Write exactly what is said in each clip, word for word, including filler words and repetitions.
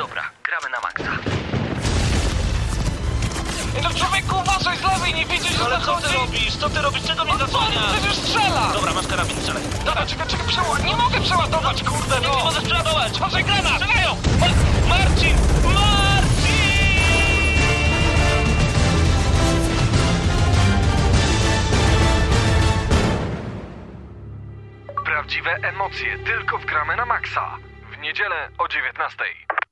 Dobra, gramy na maksa. No człowieku, uważaj z lewej, nie widzisz, że Ale co zachodzi? ty robisz? Co ty robisz? Czego mnie No co, zasłaniasz? przecież strzela! Dobra, masz karabin, strzelaj. Dobra, czekaj, czekaj, przeładować. Nie mogę przeładować, kurde, Nie, no! nie możesz przeładować. Uważaj, granat! Strzelają! Ma- Marcin! Marcin! Prawdziwe emocje tylko w Gramy na Maxa. W niedzielę o dziewiętnastej.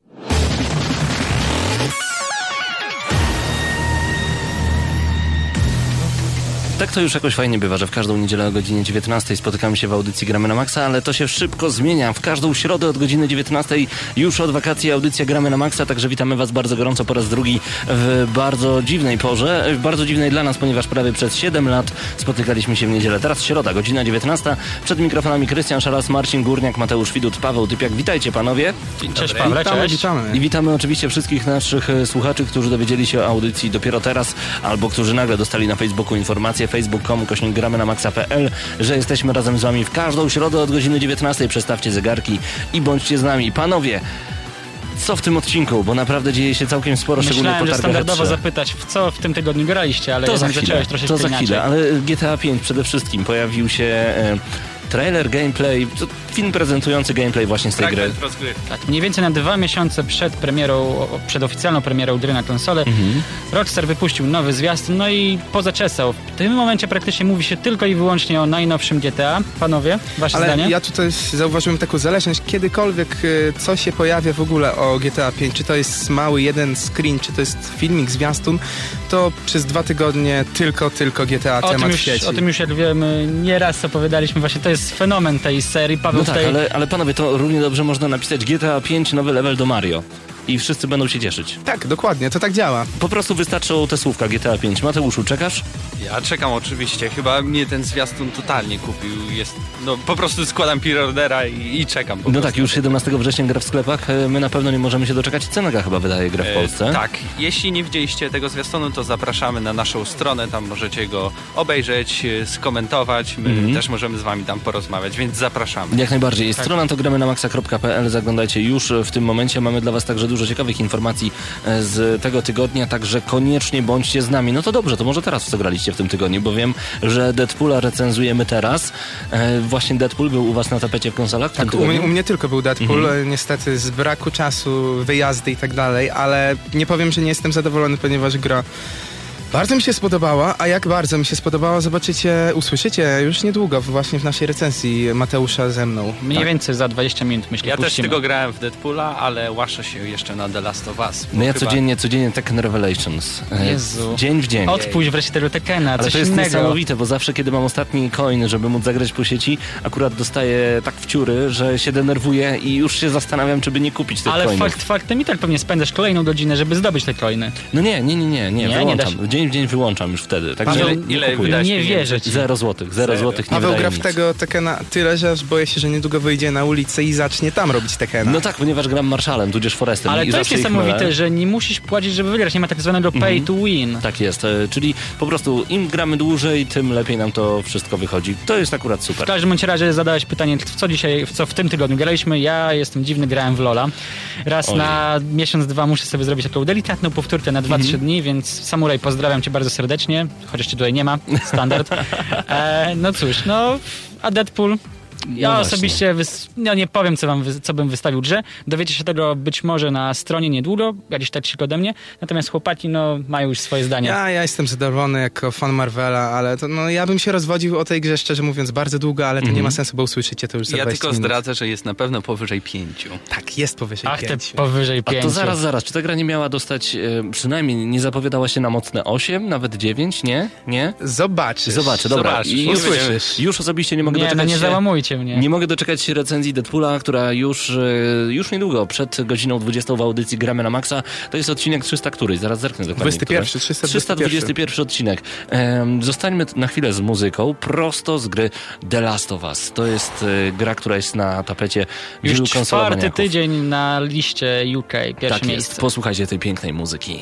Tak to już jakoś fajnie bywa, że w każdą niedzielę o godzinie dziewiętnastej spotykamy się w audycji Gramy na Maxa, ale to się szybko zmienia. W każdą środę od godziny dziewiętnastej już od wakacji audycja Gramy na Maxa, także witamy Was bardzo gorąco po raz drugi w bardzo dziwnej porze. W bardzo dziwnej dla nas, ponieważ prawie przez siedem lat spotykaliśmy się w niedzielę. Teraz środa, godzina dziewiętnasta. Przed mikrofonami Krystian Szaras, Marcin Górniak, Mateusz Widut, Paweł Typiak. Witajcie panowie. Cześć Pawle, Witamy, cześć. witamy. I witamy oczywiście wszystkich naszych e, słuchaczy, którzy dowiedzieli się o audycji dopiero teraz, albo którzy nagle dostali na Facebooku informację facebook kropka com kośnik gramy na maxa kropka p l, że jesteśmy razem z wami w każdą środę od godziny dziewiętnastej. Przestawcie zegarki i bądźcie z nami. Panowie, co w tym odcinku? Bo naprawdę dzieje się całkiem sporo, szczególnie po Myślałem, że targach standardowo E trzy. zapytać, w co w tym tygodniu graliście, ale To za jednak chwilę, zacząłeś troszeczkę to za inaczej. chwilę, ale G T A pięć przede wszystkim pojawił się e, trailer, gameplay, to film prezentujący gameplay właśnie z tej gry. Fragment rozgrywki. Tak, mniej więcej na dwa miesiące przed premierą, przed oficjalną premierą gry na konsolę, Mhm. Rockstar wypuścił nowy zwiastun, no i pozaczesał. W tym momencie praktycznie mówi się tylko i wyłącznie o najnowszym G T A. Panowie, wasze Ale zdanie? ja tutaj zauważyłem taką zależność, kiedykolwiek y, coś się pojawia w ogóle o G T A pięć, czy to jest mały jeden screen, czy to jest filmik, zwiastun, to przez dwa tygodnie tylko, tylko G T A O tym, temat już, świeci. o tym już jak wiemy, nieraz opowiadaliśmy, właśnie to jest fenomen tej serii. Paweł No tak, tutaj... ale, ale panowie, to równie dobrze można napisać G T A pięć nowy level do Mario. I wszyscy będą się cieszyć. Tak, dokładnie, to tak działa. Po prostu wystarczą te słówka G T A pięć. Mateuszu, czekasz? Ja czekam oczywiście, chyba mnie ten zwiastun totalnie kupił. Jest, no po prostu składam preordera i, i czekam. Po No prostu. tak, już siedemnastego września gra w sklepach. E, My na pewno nie możemy się doczekać. Cenega chyba wydaje grę w Polsce. E, tak, jeśli nie widzieliście tego zwiastunu, to zapraszamy na naszą stronę, tam możecie go obejrzeć, e, skomentować, my Mhm. też możemy z wami tam porozmawiać, więc zapraszamy. Jak najbardziej. Tak. Strona to gramy na maxa kropka p l. Zaglądajcie już w tym momencie. Mamy dla was także dużo ciekawych informacji e, z tego tygodnia, także koniecznie bądźcie z nami. No to dobrze, to może teraz w co graliście w tym tygodniu, bo wiem, że Deadpoola recenzujemy teraz. E, właśnie Deadpool był u was na tapecie w konsolach w tym Tak, u, tygodniu? mnie- u mnie tylko był Deadpool, Mhm. niestety z braku czasu, wyjazdy i tak dalej, ale nie powiem, że nie jestem zadowolony, ponieważ gra bardzo mi się spodobała, a jak bardzo mi się spodobała, zobaczycie, usłyszycie już niedługo właśnie w naszej recenzji Mateusza ze mną. Mniej Tak. więcej za dwadzieścia minut, myślę, Ja też puścimy. tylko grałem w Deadpoola, ale łaszę się jeszcze na The Last of Us. bo No ja chyba- codziennie, codziennie Tekken Revelations. E, Jezu. Dzień w dzień. Odpuść wreszcie tego Tekena, Ale coś to jest innego. niesamowite, bo zawsze, kiedy mam ostatni coin, żeby móc zagrać po sieci, akurat dostaję tak wciury, że się denerwuję i już się zastanawiam, czy by nie kupić tych Ale coinów. fakt faktem i tak pewnie spędzasz kolejną godzinę, żeby zdobyć te coiny. No nie, nie, nie, nie, nie, Nie, nie wyłączam. da Dzień w dzień wyłączam już wtedy. Także Paweł, nie ile kupuję. wydać Nie pieniędzy? wierzę ci. Zero złotych, zero Serio? złotych nie Paweł wydaje gra w nic. tego Tekena tyle, że aż boję się, że niedługo wyjdzie na ulicę i zacznie tam robić Tekena. No tak, ponieważ gram Marszalem, tudzież Forestem. Ale i to jest zawsze ich niesamowite, mylę. że nie musisz płacić, żeby wygrać. Nie ma tak zwanego pay to win. Tak jest, e, czyli po prostu im gramy dłużej, tym lepiej nam to wszystko wychodzi. To jest akurat W super. każdym bądź razie zadałeś pytanie, w co dzisiaj, w co w tym tygodniu graliśmy. Ja jestem dziwny, grałem w Lola. Raz Ojej. na miesiąc, dwa muszę sobie zrobić taką delikatną powtórkę na dwa, trzy dni, więc Samuraj, pozdrawiam cię bardzo serdecznie, chociaż cię tutaj nie ma, standard. E, no cóż, no, a Deadpool... Ja No właśnie. osobiście wys... no nie powiem, co, wam wy... co bym wystawił grze. Dowiecie się tego być może na stronie niedługo, jakiś tak ode mnie. Natomiast chłopaki no, mają już swoje zdanie. Ja, ja jestem zadowolony jako fan Marvela, ale to, no, ja bym się rozwodził o tej grze, szczerze mówiąc, bardzo długo, ale to nie ma sensu, bo usłyszycie to już za Ja dwadzieścia tylko minut. zdradzę, że jest na pewno powyżej pięciu. Tak, jest powyżej Ach, te pięciu. powyżej A pięciu. to zaraz, zaraz, czy ta gra nie miała dostać, e, przynajmniej nie zapowiadała się na mocne osiem, nawet dziewięć, nie? Nie? Zobaczysz. Zobaczę, dobra. Zobaczysz, I już, usłyszysz. już osobiście nie mogę Nie, no doczekać nie się... załamujcie mnie. Nie mogę doczekać się recenzji Deadpoola, która już, e, już niedługo, przed godziną dwudziestą w audycji Gramy na Maxa. To jest odcinek trzysta któryś, zaraz zerknę dokładnie. dwudziesty pierwszy, który. trzysta trzysta dwudziesty pierwszy odcinek. Em, zostańmy na chwilę z muzyką, prosto z gry The Last of Us. To jest e, gra, która jest na tapecie Już wielu czwarty konsolomaniaków. tydzień na liście U K, pierwsze Tak miejsce. jest, posłuchajcie tej pięknej muzyki.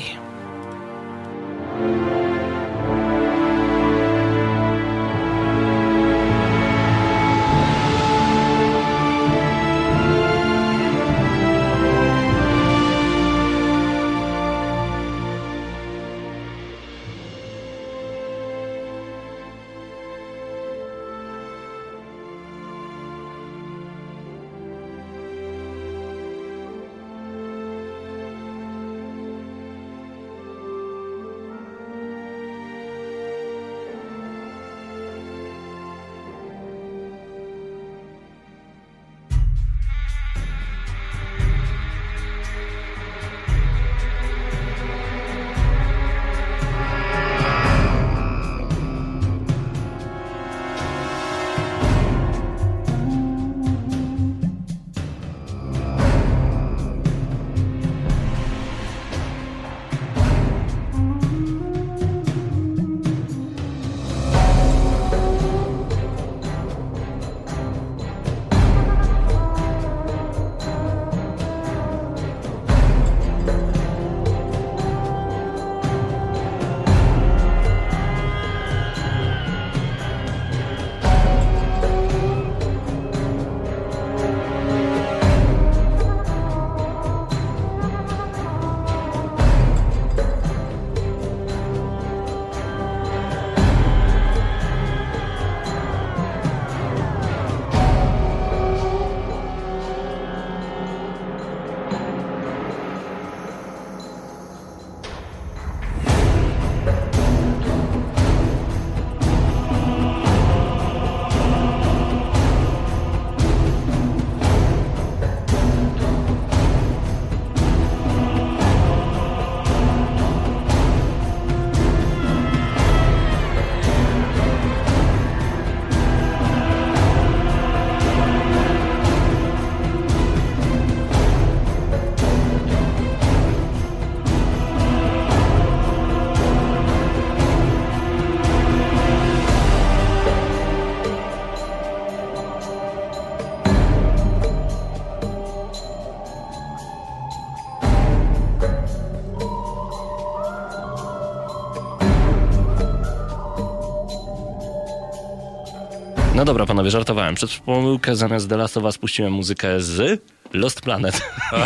No dobra, panowie, żartowałem. Przed pomyłkę zamiast The Last of Us puściłem muzykę z Lost Planet.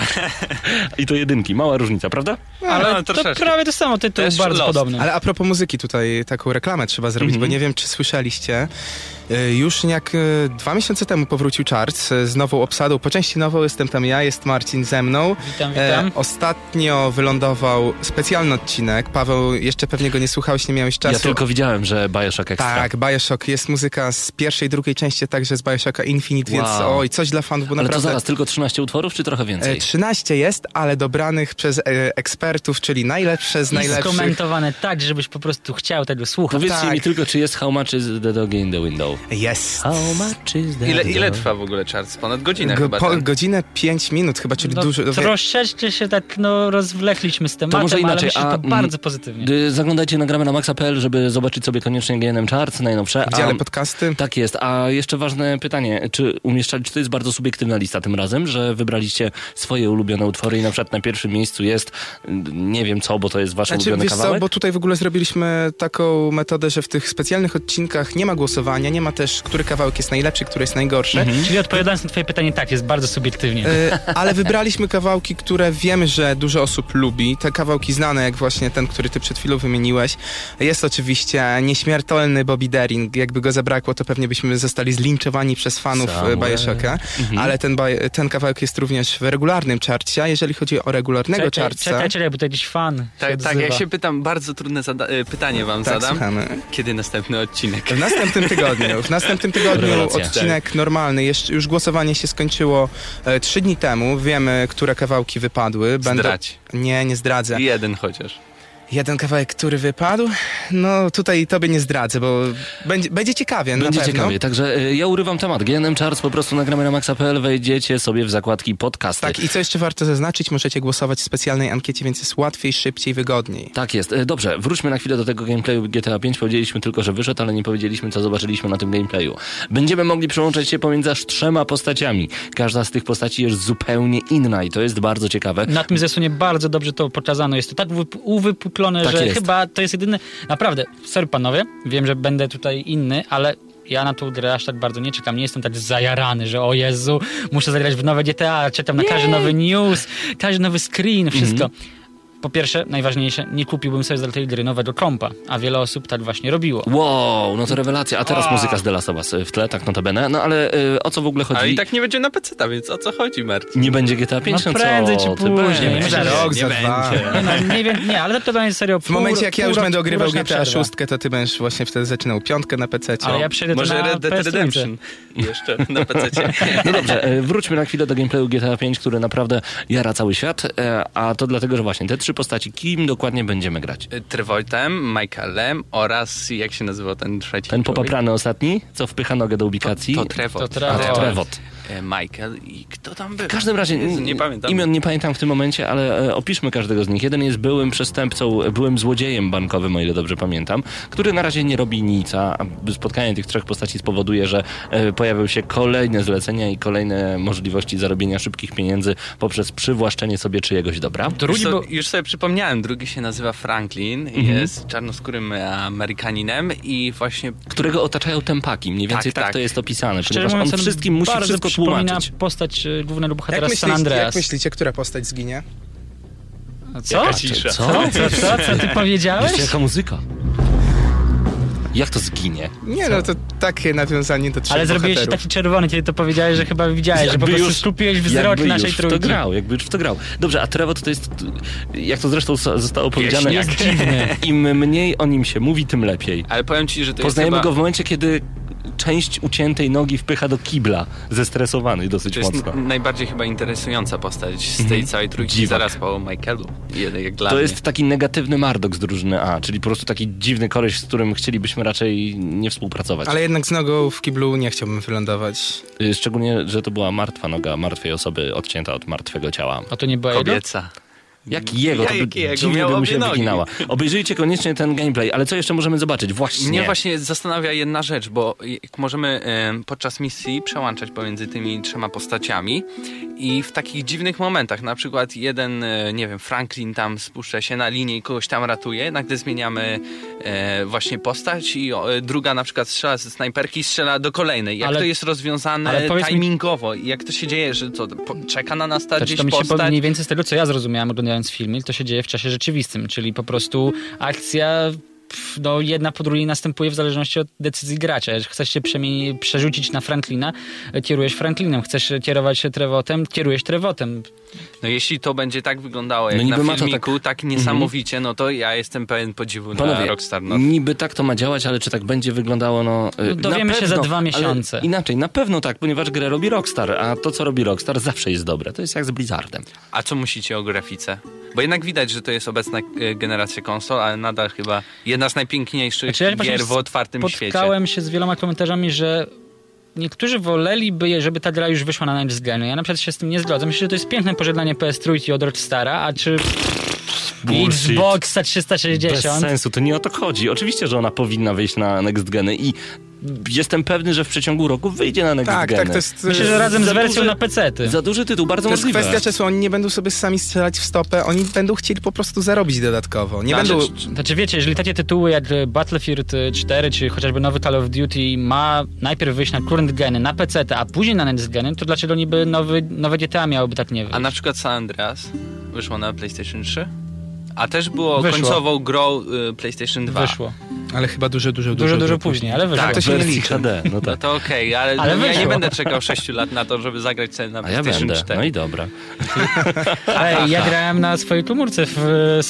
I to jedynki. Mała różnica, prawda? Ale no, to troszeczkę. prawie to samo, tytuł Też bardzo Lost. podobny. Ale a propos muzyki, tutaj taką reklamę trzeba zrobić, Mhm. bo nie wiem, czy słyszeliście. Y, Już jak y, dwa miesiące temu powrócił Charts y, z nową obsadą. Po części nową jestem tam ja, jest Marcin ze mną. Witam, witam. E, ostatnio wylądował specjalny odcinek. Paweł, jeszcze pewnie go nie słuchałeś, nie miałeś czasu. Ja tylko widziałem, że Bioshock Extra. Tak, Bioshock. Jest muzyka z pierwszej, drugiej części, także z Bioshocka Infinite, więc Wow. oj, coś dla fanów, bo Ale to naprawdę... zaraz, tylko trzynaście utworów, czy trochę E, więcej? trzynaście jest, ale dobranych przez e, ekspertów, czyli najlepsze z I najlepszych. skomentowane tak, żebyś po prostu chciał tego słuchać. Powiedzcie tak. mi tylko, czy jest How Much is the Dog in the Window? Jest. How much is the Ile, dog? ile trwa w ogóle Charts? Ponad godzinę Go, chyba. po, ten. godzinę pięć minut chyba, czyli No, dużo. troszeczkę się tak no, rozwlekliśmy z tematem, może inaczej, ale myślę, że a, to mm, bardzo pozytywnie. Y, Zaglądajcie na gramy na maxa kropka p l, żeby zobaczyć sobie koniecznie G N M Charts, najnowsze. W dziale podcasty. Tak jest. A jeszcze ważne pytanie, czy umieszczali, czy to jest bardzo subiektywna lista tym razem, że wybraliście swoje ulubione utwory i na przykład na pierwszym miejscu jest, y, nie wiem co, bo to jest wasz Znaczy, ulubiony wiesz co, kawałek? bo tutaj w ogóle zrobiliśmy taką metodę, że w tych specjalnych odcinkach nie ma głosowania, nie ma też, który kawałek jest najlepszy, który jest najgorszy. Czyli odpowiadając na twoje pytanie, tak, jest bardzo subiektywnie. E, ale wybraliśmy kawałki, które wiemy, że dużo osób lubi. Te kawałki znane, jak właśnie ten, który ty przed chwilą wymieniłeś. Jest oczywiście nieśmiertelny Bobby Darin. Jakby go zabrakło, to pewnie byśmy zostali zlinczowani przez fanów Somewhere. Bioshocka. Ale ten, baj- ten kawałek jest również w regularnym charcie. A jeżeli chodzi o regularnego Czekaj, chartsa... czekaj, czekaj, bo to jakiś fan się Tak, tak, odzywa. ja się pytam, bardzo trudne zada- y, pytanie wam Tak, zadam. słuchamy. Kiedy następny odcinek? W następnym tygodniu. W następnym tygodniu Rewelacja. odcinek normalny. Jeszcze, już głosowanie się skończyło e, trzy dni temu. Wiemy, które kawałki wypadły. Zdrać. Nie, nie zdradzę. Jeden chociaż. Jeden kawałek, który wypadł? No tutaj tobie nie zdradzę, bo będzie, będzie ciekawie, Będzie na pewno. ciekawie, także y, ja urywam temat. G N M Charts, po prostu nagramy na maxa kropka p l, wejdziecie sobie w zakładki podcasty. Tak, i co jeszcze warto zaznaczyć, możecie głosować w specjalnej ankiecie, więc jest łatwiej, szybciej, wygodniej. Tak jest. E, Dobrze, wróćmy na chwilę do tego gameplayu G T A pięć. Powiedzieliśmy tylko, że wyszedł, ale nie powiedzieliśmy, co zobaczyliśmy na tym gameplayu. Będziemy mogli przełączać się pomiędzy aż trzema postaciami. Każda z tych postaci jest zupełnie inna i to jest bardzo ciekawe. Na tym zesłonie bardzo dobrze to pokazano. Jest to tak uwyp- uwypuklone, Tak że jest. chyba to jest jedyny... Naprawdę, sorry panowie, wiem, że będę tutaj inny, ale ja na tą grę aż tak bardzo nie czekam. Nie jestem tak zajarany, że o Jezu, muszę zagrać w nowe G T A, czekam na każdy nowy news, każdy nowy screen, wszystko. Mhm. Po pierwsze, najważniejsze, nie kupiłbym sobie za tej gry nowego kompa, a wiele osób tak właśnie robiło. Wow, no to rewelacja. A teraz Wow. muzyka z The Last of Us w tle, tak notabene. No ale y, o co w ogóle chodzi? Ale i tak nie będzie na peceta, więc o co chodzi, Marcin? Nie będzie G T A pięć? No co? prędzej czy Ty później. będzie. Nie Za będzie, rok, nie za dwa. będzie. Nie, no, nie wiem, nie, ale to, to jest serio W momencie, jak ja już będę ogrywał G T A szóst, sześć, to ty będziesz właśnie wtedy zaczynał piątkę na pececie. ale ja przejdę to Może na Red Dead P S trzy. Redemption jeszcze na pececie. No dobrze, e, wróćmy na chwilę do gameplayu G T A pięć, który naprawdę jara cały świat, e, a to dlatego, że właśnie te trzy postaci, kim dokładnie będziemy grać? Trevoltem, Michaelem oraz jak się nazywał ten trzeci Ten człowiek? popaprany ostatni, co wpycha nogę do ubikacji? To Trevor. To Trevor. A, to Trevor. E, Michael i kto tam był? W każdym razie, Jezu, nie pamiętam. imion nie pamiętam w tym momencie, ale e, opiszmy każdego z nich. Jeden jest byłym przestępcą, byłym złodziejem bankowym, o ile dobrze pamiętam, który na razie nie robi nic, a spotkanie tych trzech postaci spowoduje, że e, pojawią się kolejne zlecenia i kolejne możliwości zarobienia szybkich pieniędzy poprzez przywłaszczenie sobie czyjegoś dobra. Już, Drugi so, był... już sobie przypomniałem, drugi się nazywa Franklin, Mhm. jest czarnoskórym Amerykaninem i właśnie Którego otaczają tempaki. Mniej więcej Tak, tak, tak. to jest opisane, Szczerze ponieważ mówiąc, on on wszystkim musi bardzo wszystko przypomina tłumaczyć. postać y, głównego Jak bohatera z myślisz, San Andreas. jak myślicie, która postać zginie? Co? Jaka cisza. Co? Co? Co, co, co ty powiedziałeś? Jeszcze jaka muzyka? Jak to zginie? Nie, no to takie nawiązanie do trzech Ale zrobiłeś się bohaterów. taki czerwony, kiedy to powiedziałeś, że chyba widziałeś, że po Jakby prostu już- skupiłeś wzrok jakby naszej już w to trójki. grał, jakby już w to grał. Dobrze, a Trevor to jest, jak to zresztą so- zostało powiedziane, Jest dziwny. im mniej o nim się mówi, tym lepiej. Ale powiem ci, że to Poznajemy jest chyba, go w momencie, kiedy część uciętej nogi wpycha do kibla, zestresowany dosyć to jest mocno. n- najbardziej chyba interesująca postać z tej Mhm. całej trójki, Dziwak. zaraz po Michaelu. Jeden jak dla To mnie. jest taki negatywny Marduk z drużyny A, czyli po prostu taki dziwny koleś, z którym chcielibyśmy raczej nie współpracować. Ale jednak z nogą w kiblu nie chciałbym wylądować. Y, Szczególnie, że to była martwa noga martwej osoby odcięta od martwego ciała. A to nie była jego? Kobieca. Jak jego, to by Jak jego, dziwnie miał by mu obie się nogi. wyginała. Obejrzyjcie koniecznie ten gameplay, ale co jeszcze możemy zobaczyć? Właśnie. Mnie właśnie zastanawia jedna rzecz, bo jak możemy e, podczas misji przełączać pomiędzy tymi trzema postaciami i w takich dziwnych momentach, na przykład jeden, e, nie wiem, Franklin tam spuszcza się na linię i kogoś tam ratuje, nagle zmieniamy e, właśnie postać i o, e, druga na przykład strzela ze snajperki i strzela do kolejnej. Jak Ale- to jest rozwiązane ale powiedz mi- timingowo i jak to się dzieje, że to po, czeka na nas ta Znaczy, gdzieś to mi się postać? po- mniej więcej z tego, co ja zrozumiałem oglądając filmy, to się dzieje w czasie rzeczywistym, czyli po prostu akcja pff, no, jedna po drugiej następuje w zależności od decyzji gracza. Jeżeli chcesz się przemieni- przerzucić na Franklina, kierujesz Franklinem. Chcesz kierować się Trevotem, kierujesz Trevotem. No jeśli to będzie tak wyglądało No jak niby na ma to filmiku, tak, niesamowicie, no to ja jestem pełen podziwu na Panowie, Rockstar. No. niby tak to ma działać, ale czy tak będzie wyglądało, no... y, No dowiemy na się pewno, za dwa ale miesiące. Inaczej, na pewno tak, ponieważ grę robi Rockstar, a to, co robi Rockstar, zawsze jest dobre. To jest jak z Blizzardem. A co myślicie o grafice? Bo jednak widać, że to jest obecna e, generacja konsol, ale nadal chyba jedna z najpiękniejszych Znaczy, ja właśnie gier w otwartym świecie. spotkałem się z wieloma komentarzami, że niektórzy woleliby, żeby ta gra już wyszła na next geny. Ja na przykład się z tym nie zgodzę. Myślę, że to jest piękne pożegnanie P S trzy od Rockstara, a czy Bullshit. Xboxa trzysta Bez sześćdziesiąt? sensu, to nie o to chodzi. Oczywiście, że ona powinna wyjść na Next Geny i jestem pewny, że w przeciągu roku wyjdzie na Next Tak, Geny. tak, to jest... Myślę, że razem Za z wersją duży- na pecety. Za duży tytuł, bardzo To jest możliwe. kwestia czasu, oni nie będą sobie sami strzelać w stopę, oni będą chcieli po prostu zarobić dodatkowo. Nie Na będą... rzecz- Znaczy wiecie, jeżeli takie tytuły jak Battlefield cztery, czy chociażby nowy Call of Duty ma najpierw wyjść na current geny, na pecety, a później na next geny, to dlaczego niby nowy, nowe G T A miałoby tak nie wyjść? A na przykład San Andreas wyszło na PlayStation trzy? A też było Wyszło. końcową grą y, PlayStation dwa. Wyszło. Ale chyba dużo, dużo, Dużo, dużo później, ale wyszło. Tak, to się nie wersji liczy. H D, no No tak. to okej, ale, Ale no, ja nie wyszło. będę czekał sześciu lat na to, żeby zagrać sobie na A ja PlayStation będę, cztery. no i dobra. Ej, ja grałem na swojej komórce w,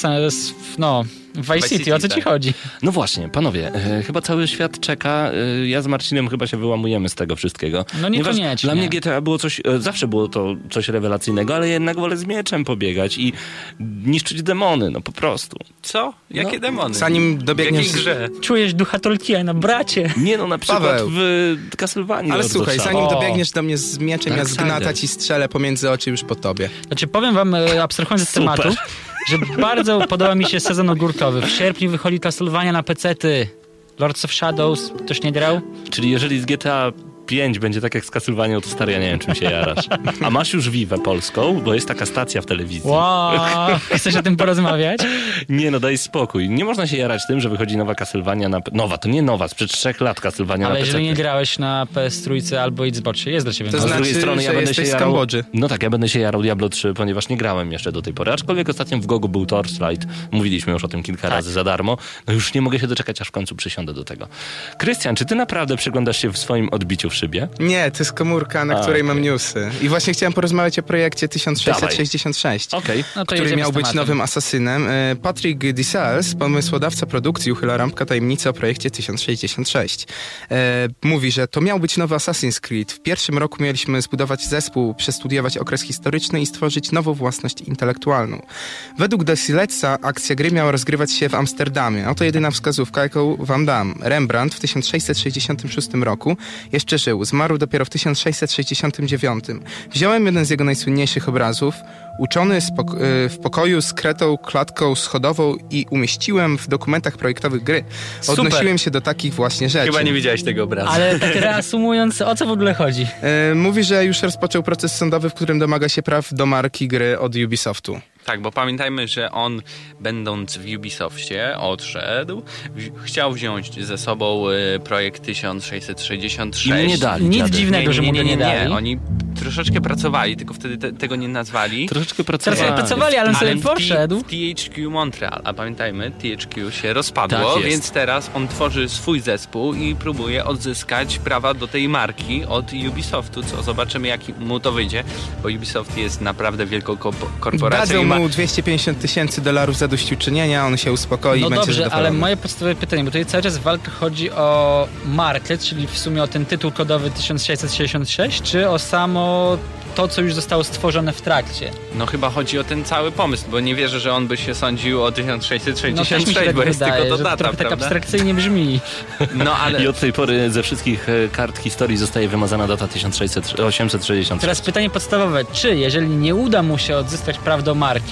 w no, w Vice Vice City, o co City, ci tak. chodzi? No właśnie, panowie, e, chyba cały świat czeka. E, ja z Marcinem chyba się wyłamujemy z tego wszystkiego. No Ponieważ niekoniecznie. Dla mnie G T A było coś, e, zawsze było to coś rewelacyjnego, ale jednak wolę z mieczem pobiegać i niszczyć demony, no po prostu. Co? Jakie No, demony? zanim W dobiegniesz- jakiej grze? Czujesz ducha Tolkiena, bracie. Nie no, na przykład Paweł. w Castlevanii. Ale Lords słuchaj, of zanim Shadow. O. dobiegniesz do mnie z mieczem, ja Darksiders. zgnatać i strzelę pomiędzy oczy już po tobie. Znaczy powiem wam, e, abstrahując od Super. tematu, że bardzo podoba mi się sezon ogórkowy. W sierpniu wychodzi Castlevania na pecety. Lords of Shadows, ktoś nie grał? Czyli jeżeli z G T A pięć będzie tak jak z Castlevanią, to stary, ja nie wiem, czym się jarasz. A masz już Vivę polską, bo jest taka stacja w telewizji. Wow, chcesz o tym porozmawiać? Nie no, daj spokój. Nie można się jarać tym, że wychodzi nowa Castlevania na... Nowa, to nie nowa, sprzed trzech lat Castlevania Ale na jeżeli nie pecety. grałeś na P S trzy albo Xboxie, jest dla ciebie To nowa. A z drugiej znaczy, strony ja że będę się jesteś z jarał... Kambodży. No tak, ja będę się jarał Diablo trzy, ponieważ nie grałem jeszcze do tej pory. Aczkolwiek ostatnio w Gogu był Torchlight. Mówiliśmy już o tym kilka Tak. razy za darmo. No już nie mogę się doczekać, aż w końcu przysiądę do tego. Krystian, czy ty naprawdę przyglądasz się w swoim odbiciu w szybie? Nie, to jest komórka, na A, której okej. mam newsy. I właśnie chciałem porozmawiać o projekcie tysiąc sześćset sześćdziesiąt sześć. Okej. No to który jedziemy miał z być tematem. nowym asasynem. E, Patrick Dissels, pomysłodawca produkcji, uchyla rąbka tajemnicy o projekcie tysiąc sześćdziesiąt sześć. E, mówi, że to miał być nowy Assassin's Creed. W pierwszym roku mieliśmy zbudować zespół, przestudiować okres historyczny i stworzyć nową własność intelektualną. Według Disselsa akcja gry miała rozgrywać się w Amsterdamie. Oto jedyna wskazówka, jaką wam dam. Rembrandt w tysiąc sześćset sześćdziesiątym szóstym roku jeszcze żył. Zmarł dopiero w tysiąc sześćset sześćdziesiątym dziewiątym. Wziąłem jeden z jego najsłynniejszych obrazów, uczony spoko- y, w pokoju z kretą, klatką schodową i umieściłem w dokumentach projektowych gry. Super. Odnosiłem się do takich właśnie rzeczy. Chyba nie widziałeś tego obrazu. Ale tak reasumując, o co w ogóle chodzi? Y, mówi, że już rozpoczął proces sądowy, w którym domaga się praw do marki gry od Ubisoftu. Tak, bo pamiętajmy, że on, będąc w Ubisoftie, odszedł, w- chciał wziąć ze sobą y, projekt tysiąc sześćset sześćdziesiąt sześć. I mu nie dali. Nic dziady. dziwnego, że mu nie, go nie, nie nie, nie. dali. Oni troszeczkę pracowali, tylko wtedy te, tego nie nazwali. Troszeczkę Teraz pracowałem. sobie pracowali, ale on sobie w T- poszedł. w T H Q Montreal, a pamiętajmy, T H Q się rozpadło, Tak jest. więc teraz on tworzy swój zespół i próbuje odzyskać prawa do tej marki od Ubisoftu, co zobaczymy, jak mu to wyjdzie, bo Ubisoft jest naprawdę wielką ko- korporacją Dadzą i ma... mu dwieście pięćdziesiąt tysięcy dolarów zadośćuczynienia, on się uspokoi No i będzie dobrze, zadowolony. ale moje podstawowe pytanie, bo tutaj cały czas w walce chodzi o markę, czyli w sumie o ten tytuł kodowy tysiąc sześćset sześćdziesiąt sześć, czy o samo to, co już zostało stworzone w trakcie? No chyba chodzi o ten cały pomysł, bo nie wierzę, że on by się sądził o tysiąc sześćset No sześćdziesiąt też mi się sześć, tak bo jest wydaje, tylko to że to data, trochę tak prawda? abstrakcyjnie brzmi. No ale... I od tej pory ze wszystkich e, kart historii zostaje wymazana data tysiąc osiemset sześćdziesiąt sześć. Teraz pytanie podstawowe, czy jeżeli nie uda mu się odzyskać praw do marki,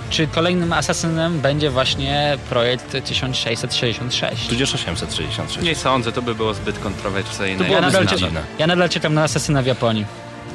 czy kolejnym Assassinem będzie właśnie projekt tysiąc sześćset sześćdziesiąt sześć. Tudzież osiemset sześćdziesiąt sześć. Nie sądzę, to by było zbyt kontrowersyjne. To Ja byłoby nadal, zbyt czy, dziwne. ja nadal czekam na Assassina w Japonii.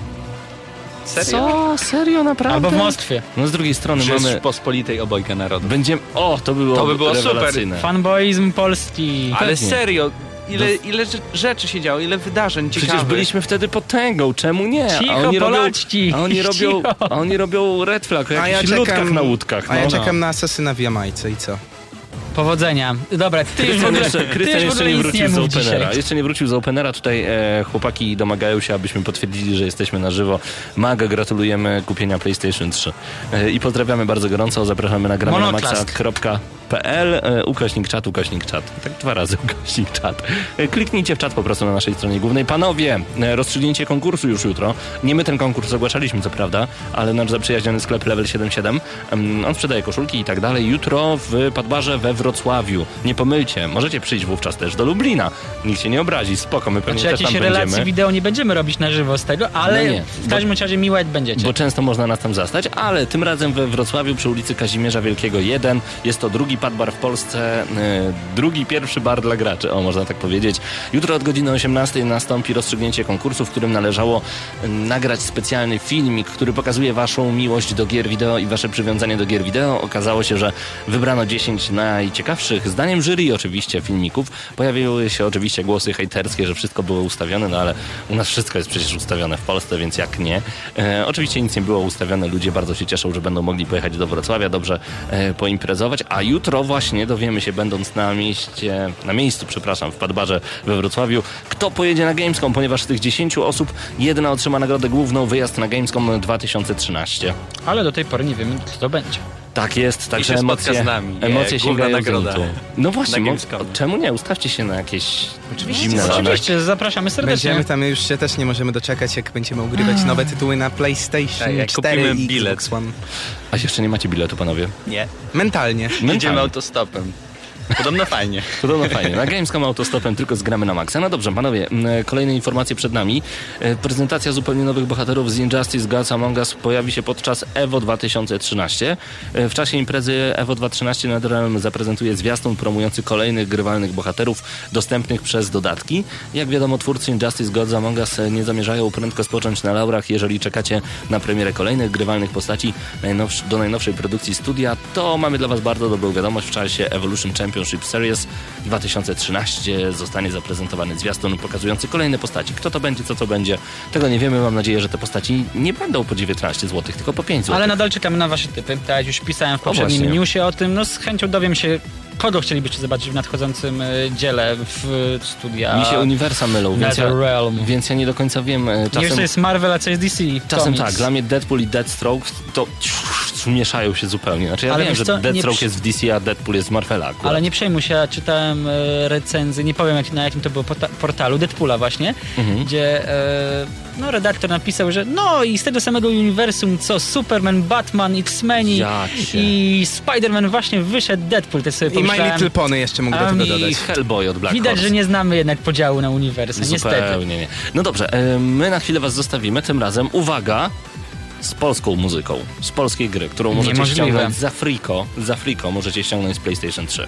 Serio? Co? Serio? Naprawdę? Albo w Moskwie. No z drugiej strony mamy... Rzeczpospolitej obojga narodów. Będziemy... O, to było To by było super. rewelacyjne. Fanboizm polski. Ale Pewnie. serio, ile, ile rze- rzeczy się działo, ile wydarzeń ciekawych. Przecież byliśmy wtedy potęgą, czemu nie? Cicho, a oni robią, Polaczki, a oni robią, cicho. a oni robią red flag o A ja jakichś czekam- ludkach na łódkach. A ja no. czekam na Asasyna w Jamajce i co? Powodzenia. Dobra, ty już w Krystian ogóle, jeszcze, ty Krystian już w jeszcze ogóle nie nic wrócił nie z mów Openera. dzisiaj. Jeszcze nie wrócił z Openera. Tutaj e, chłopaki domagają się, abyśmy potwierdzili, że jesteśmy na żywo. Maga, gratulujemy kupienia PlayStation trzy. E, I pozdrawiamy bardzo gorąco. Zapraszamy na gramy na maxa Monoklask. kropka p l e, ukośnik czat, ukośnik czat. Tak dwa razy ukośnik czat. E, kliknijcie w czat po prostu na naszej stronie głównej. Panowie, e, rozstrzygnięcie konkursu już jutro. Nie my ten konkurs ogłaszaliśmy, co prawda, ale nasz zaprzyjaźniony sklep Level siedemdziesiąt siedem. Um, on sprzedaje koszulki i tak dalej. Jutro w Padbarze we Wrocławiu. Nie pomylcie, możecie przyjść wówczas też do Lublina. Nikt się nie obrazi, spoko, my pewnie Znaczy też tam jakieś relacji będziemy. wideo nie będziemy robić na żywo z tego, ale No nie, w każdym razie miłe będziecie. Bo często można nas tam zastać, ale tym razem we Wrocławiu przy ulicy Kazimierza Wielkiego jeden. Jest to drugi padbar w Polsce, yy, drugi, pierwszy bar dla graczy, o można tak powiedzieć. Jutro od godziny osiemnastej nastąpi rozstrzygnięcie konkursu, w którym należało yy, nagrać specjalny filmik, który pokazuje waszą miłość do gier wideo i wasze przywiązanie do gier wideo. Okazało się, że wybrano dziesięć najciekawszych, zdaniem jury oczywiście, filmików. Pojawiły się oczywiście głosy hejterskie, że wszystko było ustawione, no ale u nas wszystko jest przecież ustawione w Polsce, więc jak nie. E, oczywiście nic nie było ustawione, ludzie bardzo się cieszą, że będą mogli pojechać do Wrocławia, dobrze e, poimprezować, a jutro właśnie dowiemy się, będąc na mieście, na miejscu, przepraszam, w Padbarze we Wrocławiu, kto pojedzie na Gamescom, ponieważ z tych dziesięciu osób jedna otrzyma nagrodę główną, wyjazd na Gamescom dwa tysiące trzynaście. Ale do tej pory nie wiemy, kto to będzie. Tak jest, także się spotka emocje, z nami. Nie, emocje główna sięgają nagroda. zenitu. No właśnie, Na mo- Gamescomie. czemu nie? Ustawcie się na jakieś zimne rany. Oczywiście, zapraszamy serdecznie. Będziemy tam, już się też nie możemy doczekać, jak będziemy ugrywać nowe tytuły na PlayStation Tak, jak cztery kupimy i bilet. Xbox One. A jeszcze nie macie biletu, panowie? Nie. Mentalnie. Jedziemy autostopem. Podobno fajnie. Podobno fajnie. Na Gamescom autostopem tylko z gramy na maksa. No dobrze, panowie, m, kolejne informacje przed nami. E, Prezentacja zupełnie nowych bohaterów z Injustice Gods Among Us pojawi się podczas EVO dwa tysiące trzynaście. E, W czasie imprezy EVO dwa tysiące trzynaście NetherRealm zaprezentuje zwiastun promujący kolejnych grywalnych bohaterów dostępnych przez dodatki. Jak wiadomo, twórcy Injustice Gods Among Us nie zamierzają prędko spocząć na laurach. Jeżeli czekacie na premierę kolejnych grywalnych postaci najnowsz- do najnowszej produkcji studia, to mamy dla was bardzo dobrą wiadomość. W czasie Evolution Championship Series dwa tysiące trzynaście zostanie zaprezentowany zwiastun pokazujący kolejne postaci. Kto to będzie, co to będzie, tego nie wiemy. Mam nadzieję, że te postaci nie będą po dziewiętnaście złotych, tylko po pięć złotych. Ale nadal czekamy na wasze typy. Tak jak już pisałem w poprzednim właśnie. newsie o tym, no z chęcią dowiem się, kogo chcielibyście zobaczyć w nadchodzącym y, dziele w studia. Mi się uniwersa mylą, więc ja, NetherRealm. więc ja nie do końca wiem. e, Nie wiesz, Czasem, co jest Marvel, a co jest D C. czasem Comics. tak, dla mnie Deadpool i Deathstroke to mieszają się zupełnie. Znaczy ja Ale wiem, wiesz że co, nie Deathstroke przy- jest w D C, a Deadpool jest w Marvela akurat. Ale nie przejmuj się, ja czytałem e, recenzję, nie powiem jak, na jakim to było pota- portalu, Deadpoola właśnie, Mhm. gdzie e, no, redaktor napisał, że no i z tego samego uniwersum co Superman, Batman, X-Meni Ja cię. i Spider-Man właśnie wyszedł Deadpool. Też sobie I My pomyślałem, Little Pony jeszcze mógł do A tego mi- dodać. I Hellboy od Black widać, Horse. że nie znamy jednak podziału na uniwersy, niestety. Zupełnie nie. No dobrze, e, my na chwilę was zostawimy, tym razem uwaga, z polską muzyką, z polskiej gry, którą możecie Niemożliwe. ściągnąć za friko, za friko możecie ściągnąć z PlayStation trzy.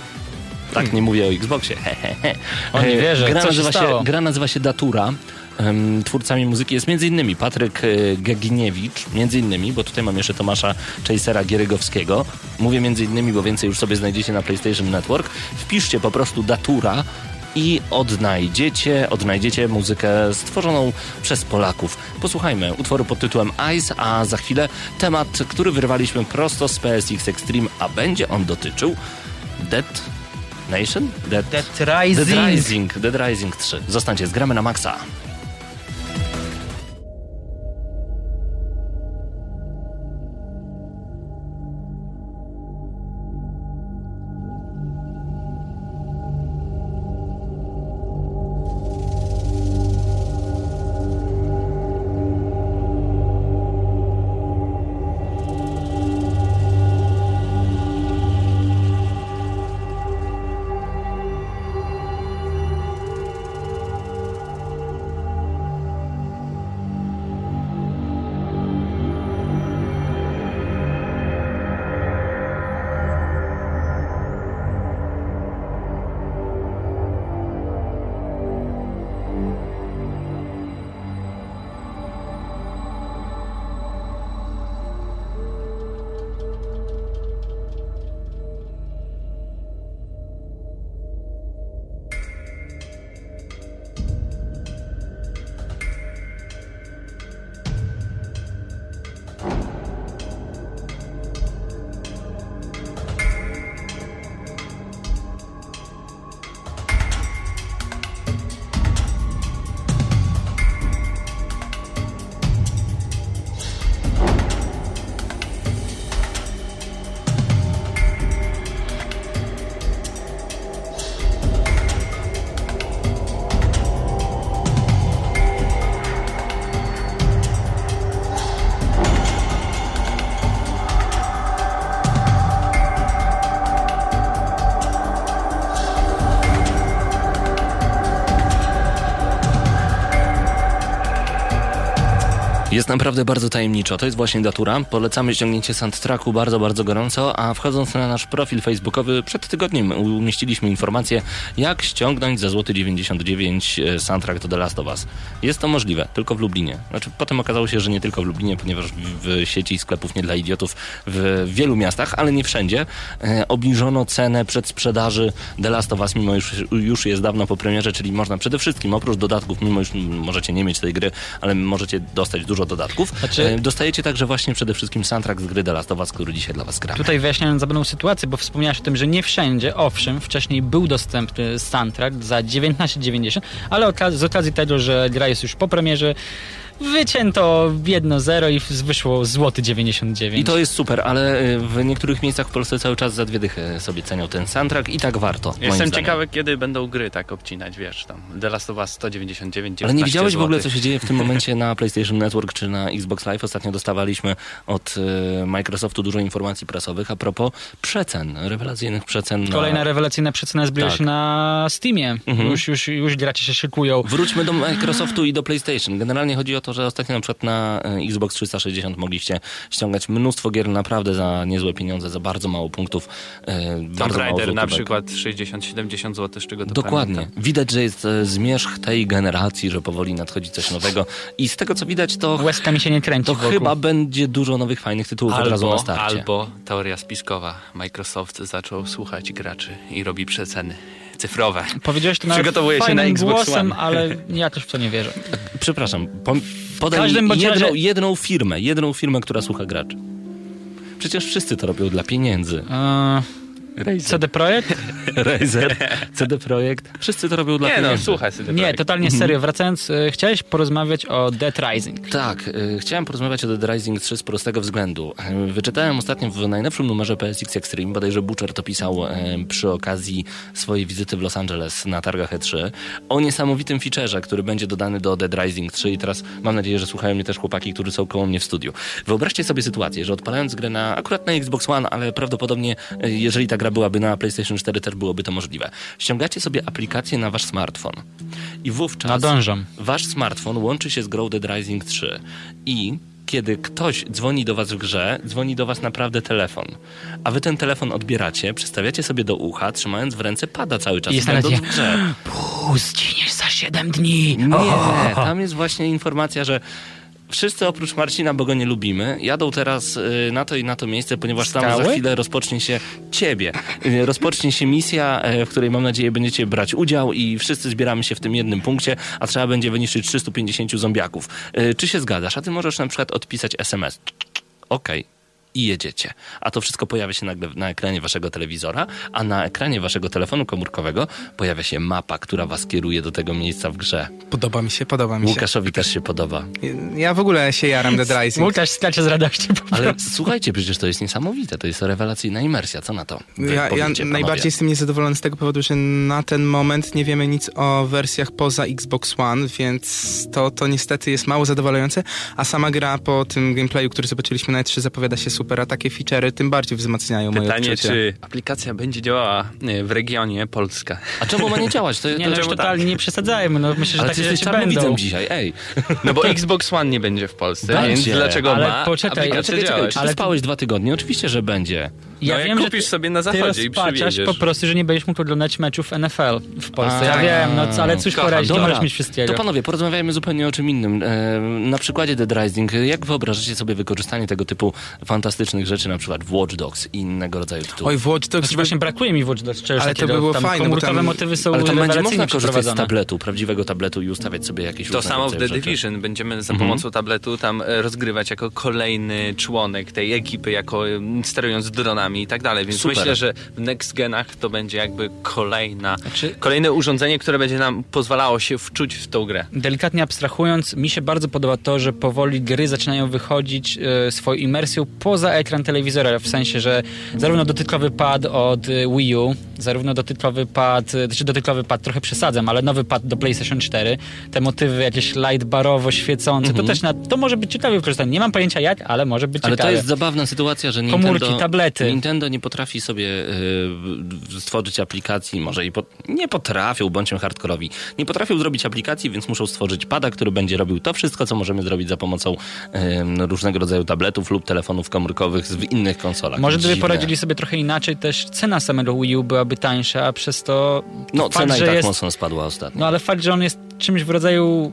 Tak nie mówię o Xboxie. he, he, he. O, nie E, wierzę, gra co się nazywa stało? Gra nazywa się Datura. Em, Twórcami muzyki jest między innymi Patryk e, Gaginiewicz, między innymi, bo tutaj mam jeszcze Tomasza Chasera Gierygowskiego. Mówię między innymi, bo więcej już sobie znajdziecie na PlayStation Network. Wpiszcie po prostu Datura i odnajdziecie, odnajdziecie muzykę stworzoną przez Polaków. Posłuchajmy utworu pod tytułem Ice, a za chwilę temat, który wyrwaliśmy prosto z P S X Extreme, a będzie on dotyczył Dead Nation? Dead, Dead Rising. Dead Rising, Dead Rising trzy. Zostańcie, zgramy na maksa. Jest naprawdę bardzo tajemniczo. To jest właśnie datura. Polecamy ściągnięcie soundtracku bardzo, bardzo gorąco, a wchodząc na nasz profil facebookowy przed tygodniem umieściliśmy informację, jak ściągnąć za złoty dziewięćdziesiąt dziewięć soundtrack do The Last of Us. Jest to możliwe, tylko w Lublinie. Znaczy, potem okazało się, że nie tylko w Lublinie, ponieważ w sieci sklepów nie dla idiotów w wielu miastach, ale nie wszędzie, e, obniżono cenę przedsprzedaży The Last of Us, mimo już, już jest dawno po premierze, czyli można przede wszystkim, oprócz dodatków, mimo już możecie nie mieć tej gry, ale możecie dostać dużo dodatków. Znaczy... E, dostajecie także właśnie przede wszystkim soundtrack z gry The Last of Us, który dzisiaj dla was gra. Tutaj wyjaśniając zabawną sytuację, bo wspomniałeś o tym, że nie wszędzie, owszem, wcześniej był dostępny soundtrack za dziewiętnaście dziewięćdziesiąt, ale okaz- z okazji tego, że gra jest już po premierze, wycięto jedno zero i wyszło złoty dziewięćdziesiąt dziewięć. I to jest super, ale w niektórych miejscach w Polsce cały czas za dwie dychy sobie cenią ten soundtrack i tak warto. Jestem ciekawy, kiedy będą gry tak obcinać, wiesz, tam The Last of Us sto dziewięćdziesiąt dziewięć. Ale nie widziałeś złotych. w ogóle, co się dzieje w tym momencie na PlayStation Network czy na Xbox Live? Ostatnio dostawaliśmy od y, Microsoftu dużo informacji prasowych a propos przecen, rewelacyjnych przecen. Na... Kolejna rewelacyjna przecena zbliża Tak. się na Steamie. Mhm. Już, już, już gracze się szykują. Wróćmy do Microsoftu i do PlayStation. Generalnie chodzi o to, że ostatnio na przykład na Xbox trzysta sześćdziesiąt mogliście ściągać mnóstwo gier naprawdę za niezłe pieniądze, za bardzo mało punktów. E, Tomb bardzo mało Raider na złotówek. przykład sześćdziesiąt siedemdziesiąt złotych, z czego to Dokładnie. pamiętam. Widać, że jest e, zmierzch tej generacji, że powoli nadchodzi coś nowego i z tego co widać to, Łezka mi się nie kręci to wokół. chyba będzie dużo nowych fajnych tytułów od razu na Albo, starcie. albo teoria spiskowa. Microsoft zaczął słuchać graczy i robi przeceny cyfrowe. Powiedziałeś to nawet Przygotowuje się na fajnym Xbox głosem, One. ale ja też w to nie wierzę. Przepraszam, po, podaj każdym mi bądź jedną, razie- jedną firmę, jedną firmę, która słucha graczy. Przecież wszyscy to robią dla pieniędzy. Eee, C D Projekt? Razer, C D Projekt, wszyscy to robią dla Nie no, pieniędzy. słuchaj sobie. Nie, totalnie serio. Wracając, e, chciałeś porozmawiać o Dead Rising. Tak, y, chciałem porozmawiać o Dead Rising trzy z prostego względu. Y, wyczytałem ostatnio w najnowszym numerze P S X Extreme, bodajże Butcher to pisał y, przy okazji swojej wizyty w Los Angeles na targach E trzy, o niesamowitym featurze, który będzie dodany do Dead Rising trzy i teraz mam nadzieję, że słuchają mnie też chłopaki, którzy są koło mnie w studiu. Wyobraźcie sobie sytuację, że odpalając grę na, akurat na Xbox One, ale prawdopodobnie y, jeżeli ta gra byłaby na PlayStation cztery, też byłoby to możliwe. Ściągacie sobie aplikację na wasz smartfon i wówczas Nadążam. wasz smartfon łączy się z grą Dead Rising trzy i kiedy ktoś dzwoni do was w grze, dzwoni do was naprawdę telefon. A wy ten telefon odbieracie, przystawiacie sobie do ucha, trzymając w ręce pada cały czas, I jest będąc nawet w grze. Puh, zginiesz za siedem dni. Nie, tam jest właśnie informacja, że wszyscy oprócz Marcina, bo go nie lubimy, jadą teraz y, na to i na to miejsce, ponieważ tam Skały? za chwilę rozpocznie się ciebie. Y, rozpocznie się misja, y, w której mam nadzieję będziecie brać udział i wszyscy zbieramy się w tym jednym punkcie, a trzeba będzie wyniszczyć trzystu pięćdziesięciu zombiaków. Y, czy się zgadzasz? A ty możesz na przykład odpisać S M S. Okej. I jedziecie. A to wszystko pojawia się nagle na ekranie waszego telewizora, a na ekranie waszego telefonu komórkowego pojawia się mapa, która was kieruje do tego miejsca w grze. Podoba mi się, podoba mi się. Łukaszowi też się podoba. Ja w ogóle się jaram Dead Rising. Łukasz skacze z radości po Ale prostu. słuchajcie, przecież to jest niesamowite, to jest rewelacyjna imersja, co na to? Wy Ja, ja powiecie, panowie. najbardziej jestem niezadowolony z tego powodu, że na ten moment nie wiemy nic o wersjach poza Xbox One, więc to, to niestety jest mało zadowalające, a sama gra po tym gameplayu, który zobaczyliśmy na E trzy, zapowiada się super, a takie feature'y tym bardziej wzmacniają moje Pytanie, odczucie. czy aplikacja będzie działała e, w regionie Polska. A czemu ma nie działać? To, Nie, to, no już czemu totalnie nie przesadzajmy. No, myślę, że ale ty takie jesteś rzeczy będą. czarnowidzem dzisiaj, ej. No bo Xbox One nie będzie w Polsce, Będzie. więc dlaczego Ale ma poczekaj, Ale aplikacja czekaj, czekaj, działać? czy ty Ale- spałeś dwa tygodnie? Oczywiście, że będzie. Ja No jak wiem, że kupisz ty, sobie na ty zachodzie i rozpaczasz przywieziesz. po prostu, że nie będziesz mógł oglądać meczów N F L w Polsce. A, ja wiem, no co, ale cóż kocham. poradzić, nie Dobra, możesz mieć wszystkiego. to panowie, porozmawiajmy zupełnie o czym innym. E, na przykładzie Dead Rising, jak wyobrażacie sobie wykorzystanie tego typu fantastycznych rzeczy, na przykład w Watch Dogs i innego rodzaju tytułów? Oj, w Watch Dogs... Znaczy właśnie brakuje mi Watch Dogs czegoś Ale to takiego. by było tam fajne, bo komórkowe tam- motywy są Ale tam będzie rewelacyjnie można korzystać z przeprowadzone. tabletu, prawdziwego tabletu i ustawiać sobie jakieś To różnego samo w rodzaju The rzeczy. Division. Będziemy za Mhm. pomocą tabletu tam e, rozgrywać jako kolejny członek tej ekipy, jako e, sterując dronami i tak dalej. Więc Super. myślę, że w next genach to będzie jakby kolejna, Znaczy- kolejne urządzenie, które będzie nam pozwalało się wczuć w tą grę. Delikatnie abstrahując, mi się bardzo podoba to, że powoli gry zaczynają wychodzić e, swoją imersją poza ekran telewizora, w sensie, że zarówno dotykowy pad od e, Wii U, zarówno dotykowy pad, znaczy dotykowy pad trochę przesadzam, ale nowy pad do PlayStation cztery, te motywy jakieś light barowo świecące, Mhm. to też na, to może być ciekawe wykorzystane. Nie mam pojęcia jak, ale może być Ale ciekawe. to jest zabawna sytuacja, że Komórki, Nintendo, tablety. Nintendo nie potrafi sobie y, stworzyć aplikacji, może i po, nie potrafią, bądźmy hardkorowi, nie potrafią zrobić aplikacji, więc muszą stworzyć pada, który będzie robił to wszystko, co możemy zrobić za pomocą y, różnego rodzaju tabletów lub telefonów komórkowych w innych konsolach. Może gdyby Dziwne. poradzili sobie trochę inaczej, też cena samego Wii U byłaby tańsza, a przez to No, fakt, cena i że tak jest, mocno spadła ostatnio. no ale fakt, że on jest czymś w rodzaju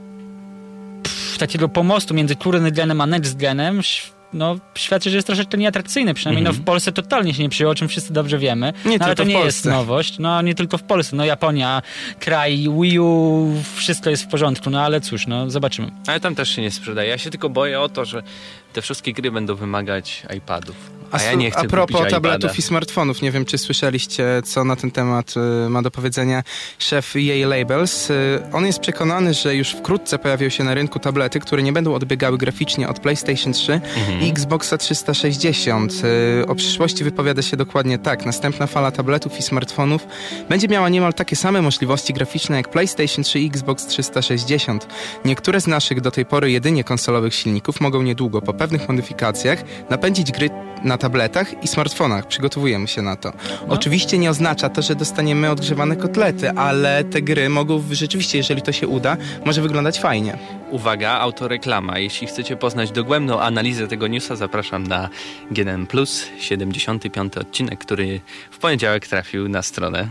pff, takiego pomostu między current genem a next genem, ś- no świadczy, że jest troszeczkę nieatrakcyjny. Przynajmniej no, w Polsce totalnie się nie przyjęło, o czym wszyscy dobrze wiemy. Nie no, ale to tylko w nie jest Polsce. nowość. No nie tylko w Polsce. No Japonia, kraj, Wii U, wszystko jest w porządku. No ale cóż, no zobaczymy. Ale tam też się nie sprzedaje. Ja się tylko boję o to, że te wszystkie gry będą wymagać iPadów. A, A, ja nie chcę a propos kupić tabletów iPada. i smartfonów, nie wiem, czy słyszeliście, co na ten temat y, ma do powiedzenia szef E A Labels. Y, on jest przekonany, że już wkrótce pojawią się na rynku tablety, które nie będą odbiegały graficznie od PlayStation trzy i Xboxa trzysta sześćdziesiąt. Y, o przyszłości wypowiada się dokładnie tak. Następna fala tabletów i smartfonów będzie miała niemal takie same możliwości graficzne jak PlayStation trzy i Xbox trzysta sześćdziesiąt. Niektóre z naszych do tej pory jedynie konsolowych silników mogą niedługo, po pewnych modyfikacjach, napędzić gry na tabletach i smartfonach. Przygotowujemy się na to. Oczywiście nie oznacza to, że dostaniemy odgrzewane kotlety, ale te gry mogą rzeczywiście, jeżeli to się uda, może wyglądać fajnie. Uwaga, autoreklama. Jeśli chcecie poznać dogłębną analizę tego newsa, zapraszam na G N M plus, siedemdziesiąty piąty odcinek, który w poniedziałek trafił na stronę.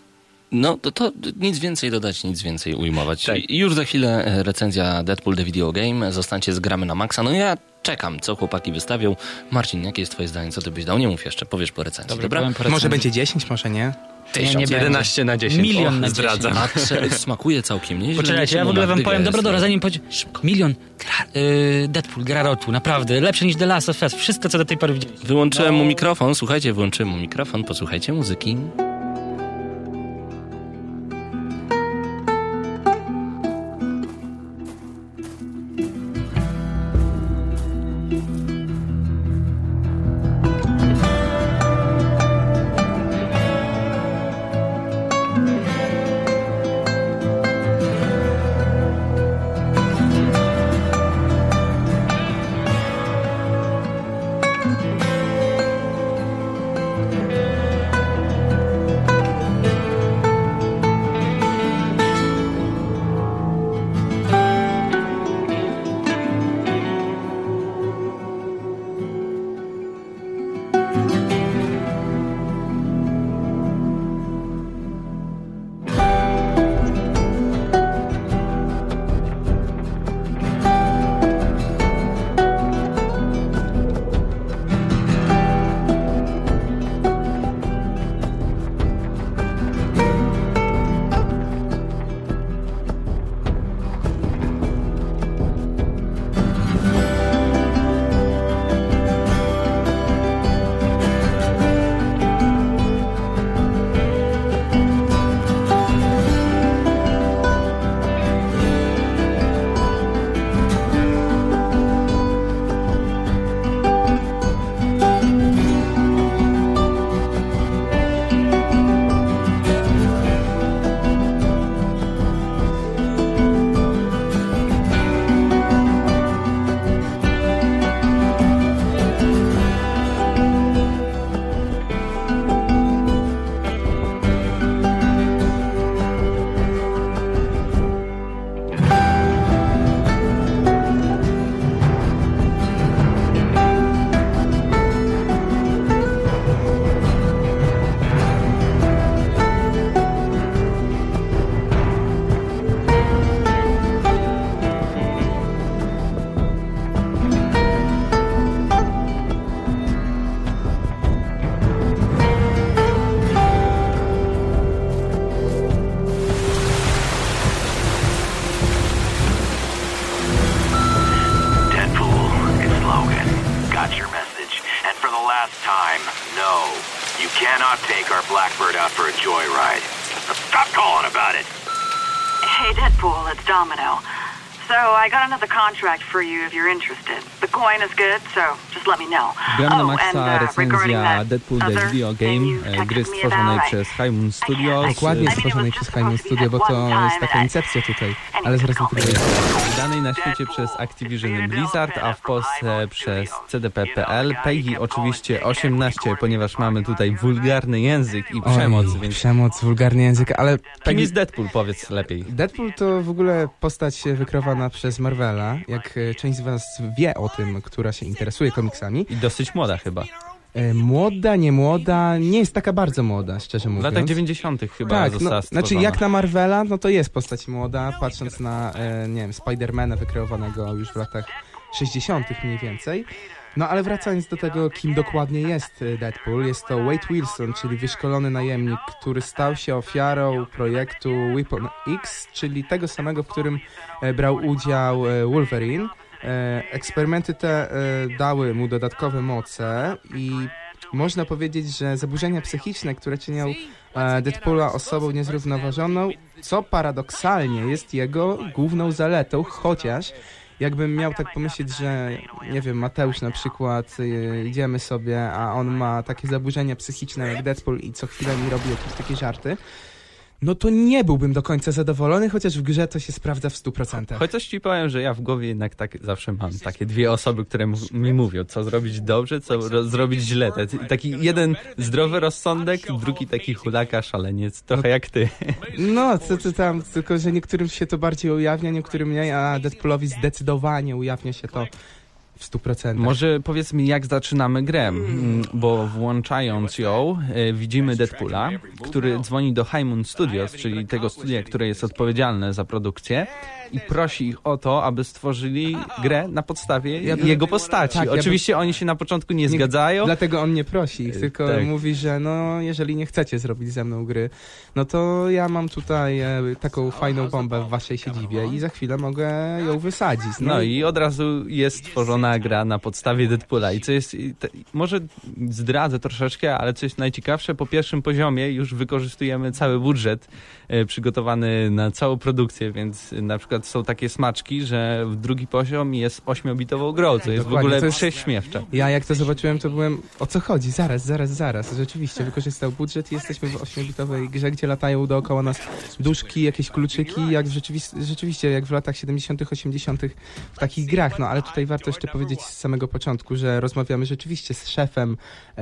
No to, to nic więcej dodać, nic więcej ujmować. Tak. I już za chwilę e, recenzja Deadpool The Video Game. Zostańcie z Gramy na Maxa. No ja czekam, co chłopaki wystawią. Marcin, jakie jest twoje zdanie? Co ty byś dał? Nie mów jeszcze, powiesz po recenzji, Dobrze, dobra? powiem po Może recenzji. będzie dziesięć, może nie? Nie, nie jedenaście na dziesięć. Milion O, na zdradzam. A c- smakuje całkiem nieźle. Poczekajcie, ja w ogóle wam powiem, dobra, dobra, zanim powiedz, milion, gra, yy, Deadpool, gra roku, naprawdę, lepsze niż The Last of Us, wszystko co do tej pory widzieliście. Wyłączyłem mu mikrofon, słuchajcie, wyłączyłem mu mikrofon, posłuchajcie muzyki. cannot take our Blackbird out for a joyride. Now stop calling about it! Hey, Deadpool, it's Domino. So I got another contract for you if you're interested. The coin is good, so just let me know. Gram na Oh, Maxa and, uh, regarding recenzja that Deadpool The other Video thing Game, you e, texted gry me stworzonej about, przez I- Hymun Studios. Dokładnie I mean, it stworzonej was przez just Hymun supposed to be Studio, bo that to one jest time taka that- incepcja tutaj. Anyway, Ale zaraz do call tego me. wejdę. Wydanej na świecie przez Activision Blizzard, a w Polsce przez C D P kropka P L. Peggy oczywiście osiemnaście, ponieważ mamy tutaj wulgarny język i przemoc, Oj, więc przemoc, wulgarny język, ale kim Peggy... jest Deadpool, powiedz lepiej. Deadpool to w ogóle postać wykreowana przez Marvela. Jak e, część z was wie o tym, która się interesuje komiksami. I dosyć młoda chyba. E, Młoda, nie młoda, nie jest taka bardzo młoda, szczerze W mówiąc. latach dziewięćdziesiątych chyba Tak, została no, stworzona. znaczy jak na Marvela, no to jest postać młoda, patrząc na, e, nie wiem, Spidermana wykreowanego już w latach sześćdziesiątych mniej więcej. No ale wracając do tego, kim dokładnie jest e, Deadpool, jest to Wade Wilson, czyli wyszkolony najemnik, który stał się ofiarą projektu Weapon X, czyli tego samego, w którym e, brał udział e, Wolverine. E, Eksperymenty te e, dały mu dodatkowe moce i można powiedzieć, że zaburzenia psychiczne, które czynią e, Deadpoola osobą niezrównoważoną, co paradoksalnie jest jego główną zaletą, chociaż jakbym miał tak pomyśleć, że nie wiem, Mateusz na przykład, y, idziemy sobie, a on ma takie zaburzenia psychiczne jak Deadpool i co chwilę mi robi jakieś takie żarty, no to nie byłbym do końca zadowolony, chociaż w grze to się sprawdza w stu procentach. Chociaż ci powiem, że ja w głowie jednak tak zawsze mam takie dwie osoby, które mu- mi mówią, co zrobić dobrze, co ro- zrobić źle. Te- Taki jeden zdrowy rozsądek, drugi taki hulaka, szaleniec, trochę jak ty. No, co ty tam, tylko że niektórym się to bardziej ujawnia, niektórym mniej, a Deadpoolowi zdecydowanie ujawnia się to w stu procentach. Może powiedz mi, jak zaczynamy grę, Mm, bo włączając ją e, widzimy Deadpoola, który dzwoni do Hymun Studios, czyli tego studia, które jest odpowiedzialne za produkcję i prosi ich o to, aby stworzyli grę na podstawie Ja bym- jego postaci. tak, ja bym- Oczywiście oni się na początku nie, zgadzają. Dlatego on nie prosi ich, tylko tak. mówi, że no, jeżeli nie chcecie zrobić ze mną gry, no to ja mam tutaj e, taką fajną bombę w waszej siedzibie i za chwilę mogę ją wysadzić. No i od razu jest stworzona gra na podstawie Deadpoola. I co jest, i te, może zdradzę troszeczkę, ale co jest najciekawsze, po pierwszym poziomie już wykorzystujemy cały budżet e, przygotowany na całą produkcję, więc e, na przykład są takie smaczki, że w drugi poziom jest ośmiobitową grą, co jest Dokładnie, w ogóle to jest- prześmiewcze. Ja jak to zobaczyłem, to byłem, o co chodzi? Zaraz, zaraz, zaraz. Rzeczywiście wykorzystał budżet i jesteśmy w ośmiobitowej grze, gdzie latają dookoła nas duszki, jakieś kluczyki, jak w rzeczywi- rzeczywiście jak w latach siedemdziesiątych, osiemdziesiątych w takich grach. No ale tutaj warto jeszcze powiedzieć z samego początku, że rozmawiamy rzeczywiście z szefem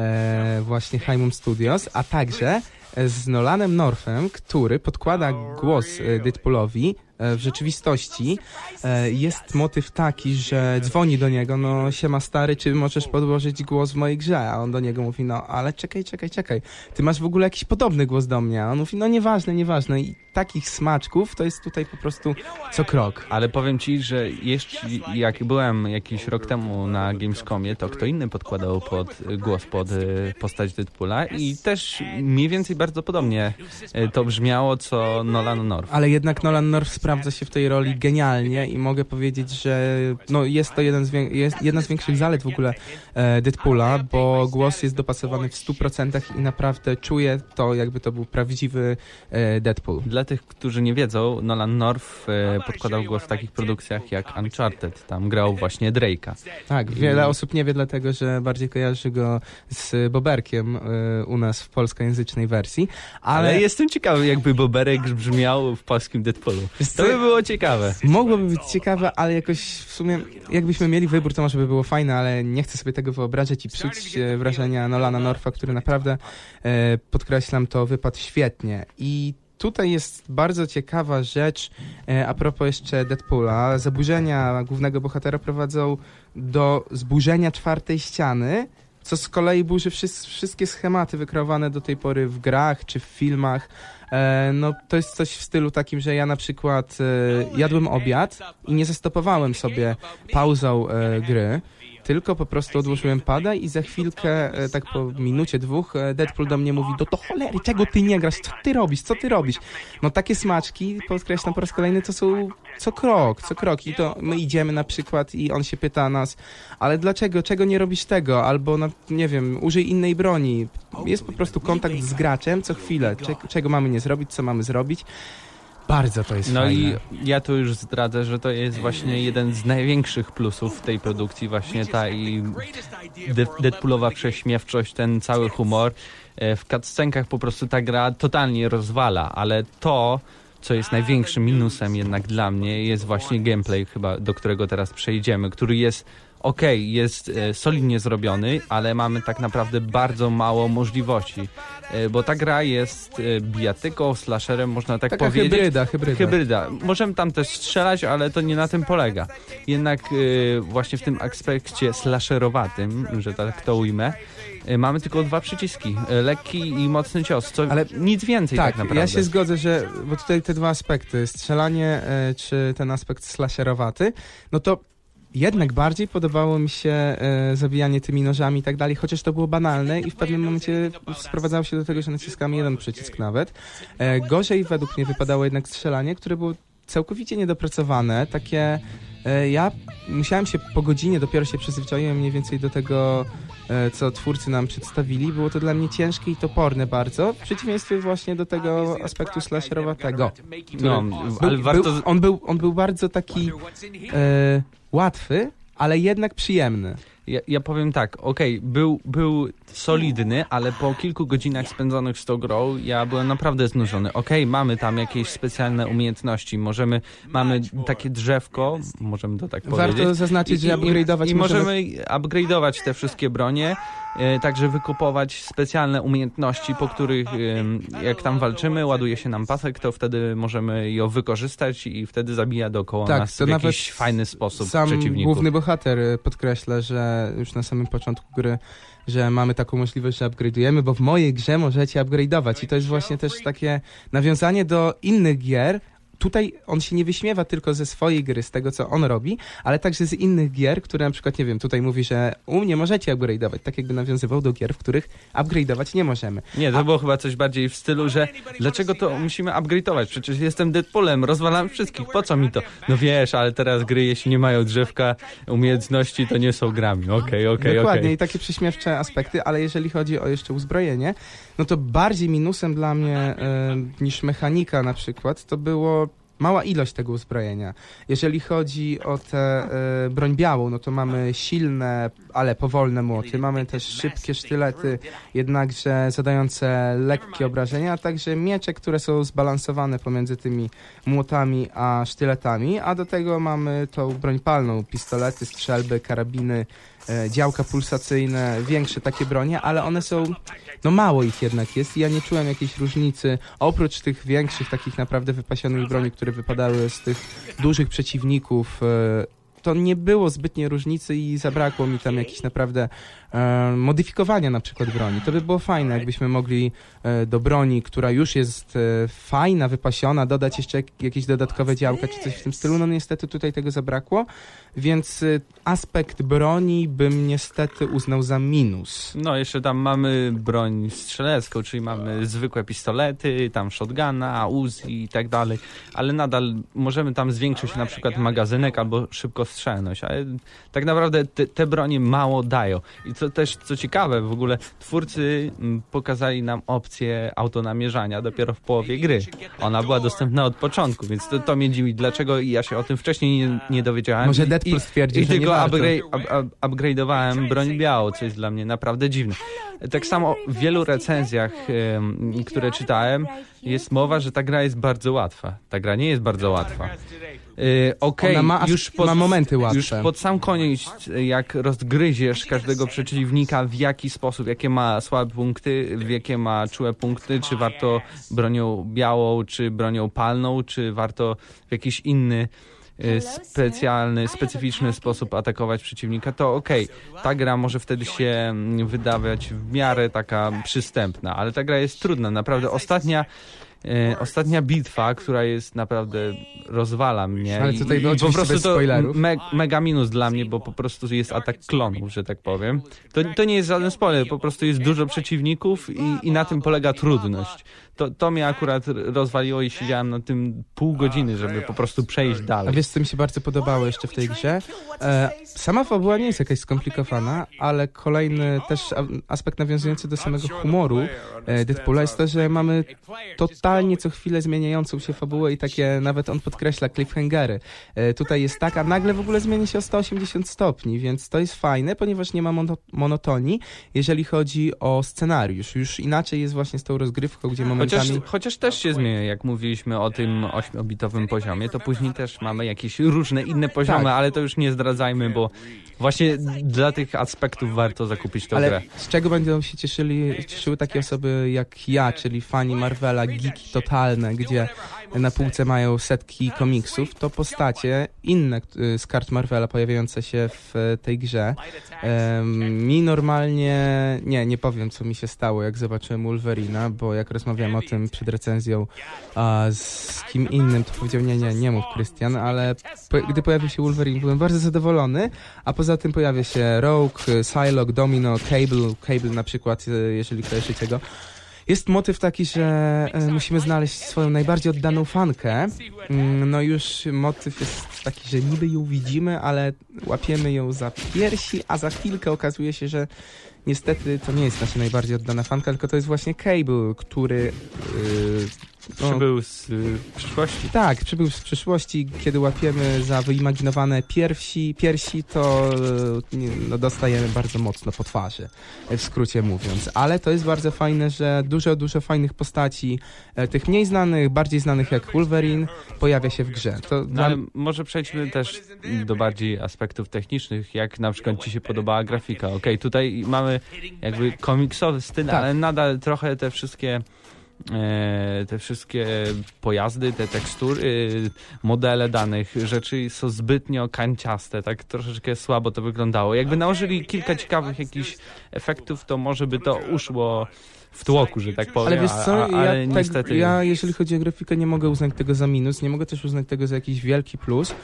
e, właśnie Hymun Studios, a także z Nolanem Northem, który podkłada głos e, Deadpoolowi. E, W rzeczywistości e, jest motyw taki, że dzwoni do niego, no siema stary, czy możesz podłożyć głos w mojej grze? A on do niego mówi, no ale czekaj, czekaj, czekaj, ty masz w ogóle jakiś podobny głos do mnie. A on mówi, no nieważne, nieważne. I takich smaczków to jest tutaj po prostu co krok. Ale powiem ci, że jeszcze jak byłem jakiś rok temu na Gamescomie, to kto inny podkładał pod głos pod e, postać Deadpoola i też mniej więcej bardzo podobnie e, to brzmiało, co Nolan North. Ale jednak Nolan North sprawdza się w tej roli genialnie i mogę powiedzieć, że no jest to jeden z wię- jest jedna z większych zalet w ogóle e, Deadpoola, bo głos jest dopasowany w stu procentach i naprawdę czuję to, jakby to był prawdziwy e, Deadpool. Dla tych, którzy nie wiedzą, Nolan North e, podkładał głos w takich produkcjach jak Uncharted. Tam grał właśnie Drake'a. Tak, wiele osób nie wie dlatego, że bardziej kojarzy go z Boberkiem e, u nas w polskojęzycznej wersji, ale, Ale jestem ciekawy, jakby Boberek brzmiał w polskim Deadpoolu. To by było ciekawe. mogłoby być ciekawe, ale jakoś w sumie jakbyśmy mieli wybór, to może by było fajne, ale nie chcę sobie tego wyobrażać i psuć e, wrażenia Nolana Northa, który naprawdę, e, podkreślam, to wypadł świetnie. I tutaj jest bardzo ciekawa rzecz e, a propos jeszcze Deadpoola. Zaburzenia głównego bohatera prowadzą do zburzenia czwartej ściany, co z kolei burzy wszys- wszystkie schematy wykreowane do tej pory w grach czy w filmach. E, no to jest coś w stylu takim, że ja na przykład e, jadłem obiad i nie zastopowałem sobie pauzą e, gry, tylko po prostu odłożyłem pada i za chwilkę, e, tak po minucie, dwóch, e, Deadpool do mnie mówi, do to cholery, czego ty nie grasz, co ty robisz, co ty robisz? No takie smaczki, podkreślam po raz kolejny, to są co krok, co krok i to my idziemy na przykład i on się pyta nas, ale dlaczego, czego nie robisz tego? Albo, no, nie wiem, użyj innej broni. Jest po prostu kontakt z graczem co chwilę, Cze- czego mamy nie zrobić, co mamy zrobić. Bardzo to jest No fajne. i ja tu już zdradzę, że to jest właśnie jeden z największych plusów tej produkcji, właśnie ta i de- Deadpoolowa prześmiewczość, ten cały humor. E, W cutscenkach po prostu ta gra totalnie rozwala, ale to, co jest największym minusem jednak dla mnie, jest właśnie gameplay chyba, do którego teraz przejdziemy, który jest okej, okay, jest e, solidnie zrobiony, ale mamy tak naprawdę bardzo mało możliwości, e, bo ta gra jest e, bijatyką, slasherem, można tak Taka powiedzieć. hybryda, hybryda. Hybryda. Możemy tam też strzelać, ale to nie na tym polega. Jednak e, właśnie w tym aspekcie slasherowatym, że tak to ujmę, e, mamy tylko dwa przyciski. E, lekki i mocny cios, co ale nic więcej tak, tak naprawdę. Ja się zgodzę, że bo tutaj te dwa aspekty, strzelanie e, czy ten aspekt slasherowaty, no to jednak bardziej podobało mi się e, zabijanie tymi nożami i tak dalej, chociaż to było banalne i w pewnym momencie sprowadzało się do tego, że naciskamy jeden przycisk nawet. E, gorzej według mnie wypadało jednak strzelanie, które było całkowicie niedopracowane, takie... E, ja musiałem się po godzinie, dopiero się przyzwyczaiłem mniej więcej do tego, e, co twórcy nam przedstawili. Było to dla mnie ciężkie i toporne bardzo, w przeciwieństwie właśnie do tego aspektu slasherowatego. No, ale był, warto... był, on, był, on był bardzo taki e, łatwy, ale jednak przyjemny. Ja, ja powiem tak, okej, okay, był, był solidny, ale po kilku godzinach spędzonych z tą grą ja byłem naprawdę znużony. Okej, okay, mamy tam jakieś specjalne umiejętności, możemy, mamy takie drzewko, możemy to tak Warto powiedzieć. Warto zaznaczyć, że upgrade'ować I, i możemy... możemy upgrade'ować te wszystkie bronie, e, także wykupować specjalne umiejętności, po których e, jak tam walczymy, ładuje się nam pasek, to wtedy możemy ją wykorzystać i wtedy zabija dookoła tak, nas to w nawet jakiś fajny sposób sam przeciwników. Główny bohater podkreśla, że już na samym początku gry, że mamy taką możliwość, że upgrade'ujemy, bo w mojej grze możecie upgrade'ować i to jest właśnie też takie nawiązanie do innych gier. Tutaj on się nie wyśmiewa tylko ze swojej gry, z tego, co on robi, ale także z innych gier, które na przykład, nie wiem, tutaj mówi, że u mnie możecie upgrade'ować, tak jakby nawiązywał do gier, w których upgrade'ować nie możemy. Nie, to A... było chyba coś bardziej w stylu, że dlaczego to musimy upgrade'ować? Przecież jestem Deadpoolem, rozwalam wszystkich, po co mi to? No wiesz, ale teraz gry, jeśli nie mają drzewka umiejętności, to nie są grami. Okej, okay, okej, okay, okej. Dokładnie, okay. i takie prześmiewcze aspekty, ale jeżeli chodzi o jeszcze uzbrojenie, no to bardziej minusem dla mnie e, niż mechanika na przykład, to było mała ilość tego uzbrojenia. Jeżeli chodzi o tę e, broń białą, no to mamy silne, ale powolne młoty, mamy też szybkie sztylety, jednakże zadające lekkie obrażenia, a także miecze, które są zbalansowane pomiędzy tymi młotami a sztyletami, a do tego mamy tą broń palną, pistolety, strzelby, karabiny, e, działka pulsacyjne, większe takie bronie, ale one są, no mało ich jednak jest i ja nie czułem jakiejś różnicy, oprócz tych większych, takich naprawdę wypasionych broni, które wypadały z tych dużych przeciwników, to nie było zbytniej różnicy i zabrakło mi tam jakichś naprawdę e, modyfikowania na przykład broni. To by było fajne, jakbyśmy mogli e, do broni, która już jest e, fajna, wypasiona, dodać jeszcze jak, jakieś dodatkowe działka czy coś w tym stylu. No niestety tutaj tego zabrakło, więc e, aspekt broni bym niestety uznał za minus. No jeszcze tam mamy broń strzelecką, czyli mamy zwykłe pistolety, tam shotguna, Uzi i tak dalej, ale nadal możemy tam zwiększyć na przykład magazynek albo szybko strzelność, ale tak naprawdę te, te bronie mało dają. I co też, co ciekawe, w ogóle twórcy m, pokazali nam opcję autonamierzania dopiero w połowie gry. Ona była dostępna od początku, więc to, to mnie dziwi, dlaczego ja się o tym wcześniej nie, nie dowiedziałem. Może Deadpool stwierdzi, I, i że tylko nie warto. upgrade, up, up, upgrade'owałem broń białą, co jest dla mnie naprawdę dziwne. Tak samo w wielu recenzjach, um, które czytałem, jest mowa, że ta gra jest bardzo łatwa. Ta gra nie jest bardzo łatwa. Yy, Okej, okay, już, pod, ma momenty łatwe. już pod sam koniec, jak rozgryziesz każdego przeciwnika, w jaki sposób, jakie ma słabe punkty, w jakie ma czułe punkty, czy warto bronią białą, czy bronią palną, czy warto w jakiś inny specjalny, specyficzny sposób atakować przeciwnika, to okej, okay, ta gra może wtedy się wydawać w miarę taka przystępna, ale ta gra jest trudna, naprawdę. Ostatnia E, ostatnia bitwa, która jest naprawdę rozwala mnie. Ale tutaj i, i po prostu bez to spoilerów. Me, mega minus dla mnie, bo po prostu jest atak klonów, że tak powiem. To, to nie jest żaden spoiler, po prostu jest dużo przeciwników i, i na tym polega trudność. To, to mnie akurat rozwaliło i siedziałem na tym pół godziny, żeby po prostu przejść dalej. A wiesz, co mi się bardzo podobało jeszcze w tej grze? E, sama fabuła nie jest jakaś skomplikowana, ale kolejny też aspekt nawiązujący do samego humoru e, Deadpoola jest to, że mamy totalnie totalnie co chwilę zmieniającą się fabułę i takie, nawet on podkreśla, cliffhangery. E, tutaj jest tak, a nagle w ogóle zmieni się o sto osiemdziesiąt stopni, więc to jest fajne, ponieważ nie ma mono, monotonii, jeżeli chodzi o scenariusz. Już inaczej jest właśnie z tą rozgrywką, gdzie momentami... Chociaż, chociaż też się zmienia, jak mówiliśmy o tym ośmiobitowym poziomie, to później też mamy jakieś różne inne poziomy, Tak. ale to już nie zdradzajmy, bo właśnie dla tych aspektów warto zakupić tę Ale grę. z czego będą się cieszyli, cieszyły takie osoby jak ja, czyli fani Marvela, geeki totalne, gdzie na półce mają setki komiksów, to postacie inne y, z kart Marvela pojawiające się w tej grze. Em, mi normalnie, nie, nie powiem co mi się stało, jak zobaczyłem Wolverina, bo jak rozmawiałem o tym przed recenzją a, z kim innym, to powiedział nie, nie, nie mów Krystian, ale po, gdy pojawił się Wolverine, byłem bardzo zadowolony, a poza tym pojawia się Rogue, Psylocke, Domino, Cable, Cable na przykład, y, jeżeli kojarzycie go. Jest motyw taki, że e, musimy znaleźć swoją najbardziej oddaną fankę. Mm, no już motyw jest taki, że niby ją widzimy, ale łapiemy ją za piersi, a za chwilkę okazuje się, że niestety to nie jest nasza najbardziej oddana fanka, tylko to jest właśnie Cable, który... Yy, no, Przybył z y, przyszłości. tak, przybył z przyszłości. Kiedy łapiemy za wyimaginowane piersi, piersi to y, no, dostajemy bardzo mocno po twarzy, w skrócie mówiąc. Ale to jest bardzo fajne, że dużo, dużo fajnych postaci, e, tych mniej znanych, bardziej znanych jak Wolverine, pojawia się w grze. To No, dla... ale może przejdźmy też do bardziej aspektów technicznych, jak na przykład ci się podobała grafika. Okej, tutaj mamy jakby komiksowy styl, Tak. ale nadal trochę te wszystkie e, te wszystkie pojazdy, te tekstury, modele danych rzeczy są zbytnio kanciaste, tak troszeczkę słabo to wyglądało. Jakby nałożyli kilka ciekawych jakichś efektów, to może by to uszło w tłoku, że tak powiem, Ale wiesz co, a, a, ale ja, niestety... tak, ja jeżeli chodzi o grafikę nie mogę uznać tego za minus, nie mogę też uznać tego za jakiś wielki plus,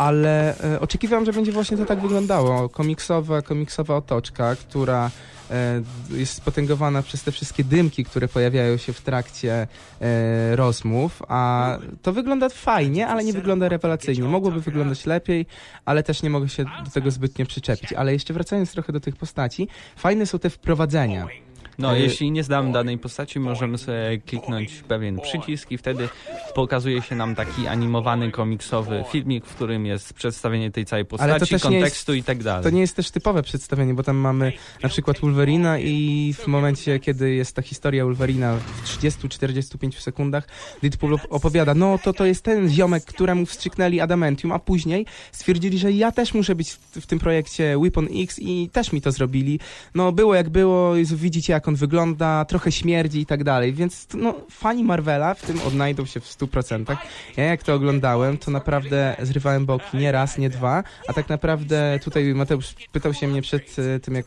ale e, oczekiwałem, że będzie właśnie to tak wyglądało. Komiksowa, komiksowa otoczka, która e, jest spotęgowana przez te wszystkie dymki, które pojawiają się w trakcie e, rozmów, a to wygląda fajnie, ale nie wygląda rewelacyjnie. Mogłoby wyglądać lepiej, ale też nie mogę się do tego zbytnio przyczepić. Ale jeszcze wracając trochę do tych postaci, fajne są te wprowadzenia. No, Y- jeśli nie znamy danej postaci, możemy sobie kliknąć pewien przycisk i wtedy pokazuje się nam taki animowany, komiksowy filmik, w którym jest przedstawienie tej całej postaci, Ale to też nie kontekstu jest, i tak dalej. To nie jest też typowe przedstawienie, bo tam mamy na przykład Wolverina i w momencie, kiedy jest ta historia Wolverina w trzydziestu do czterdziestu pięciu sekundach, Deadpool op- opowiada, no to to jest ten ziomek, któremu wstrzyknęli adamantium, a później stwierdzili, że ja też muszę być w, w tym projekcie Weapon X i też mi to zrobili. No było jak było, widzicie jak on wygląda, trochę śmierdzi i tak dalej, więc no, fani Marvela w tym odnajdą się w stu procentach. Ja jak to oglądałem, to naprawdę zrywałem boki nie raz, nie dwa, a tak naprawdę tutaj Mateusz pytał się mnie przed e, tym, jak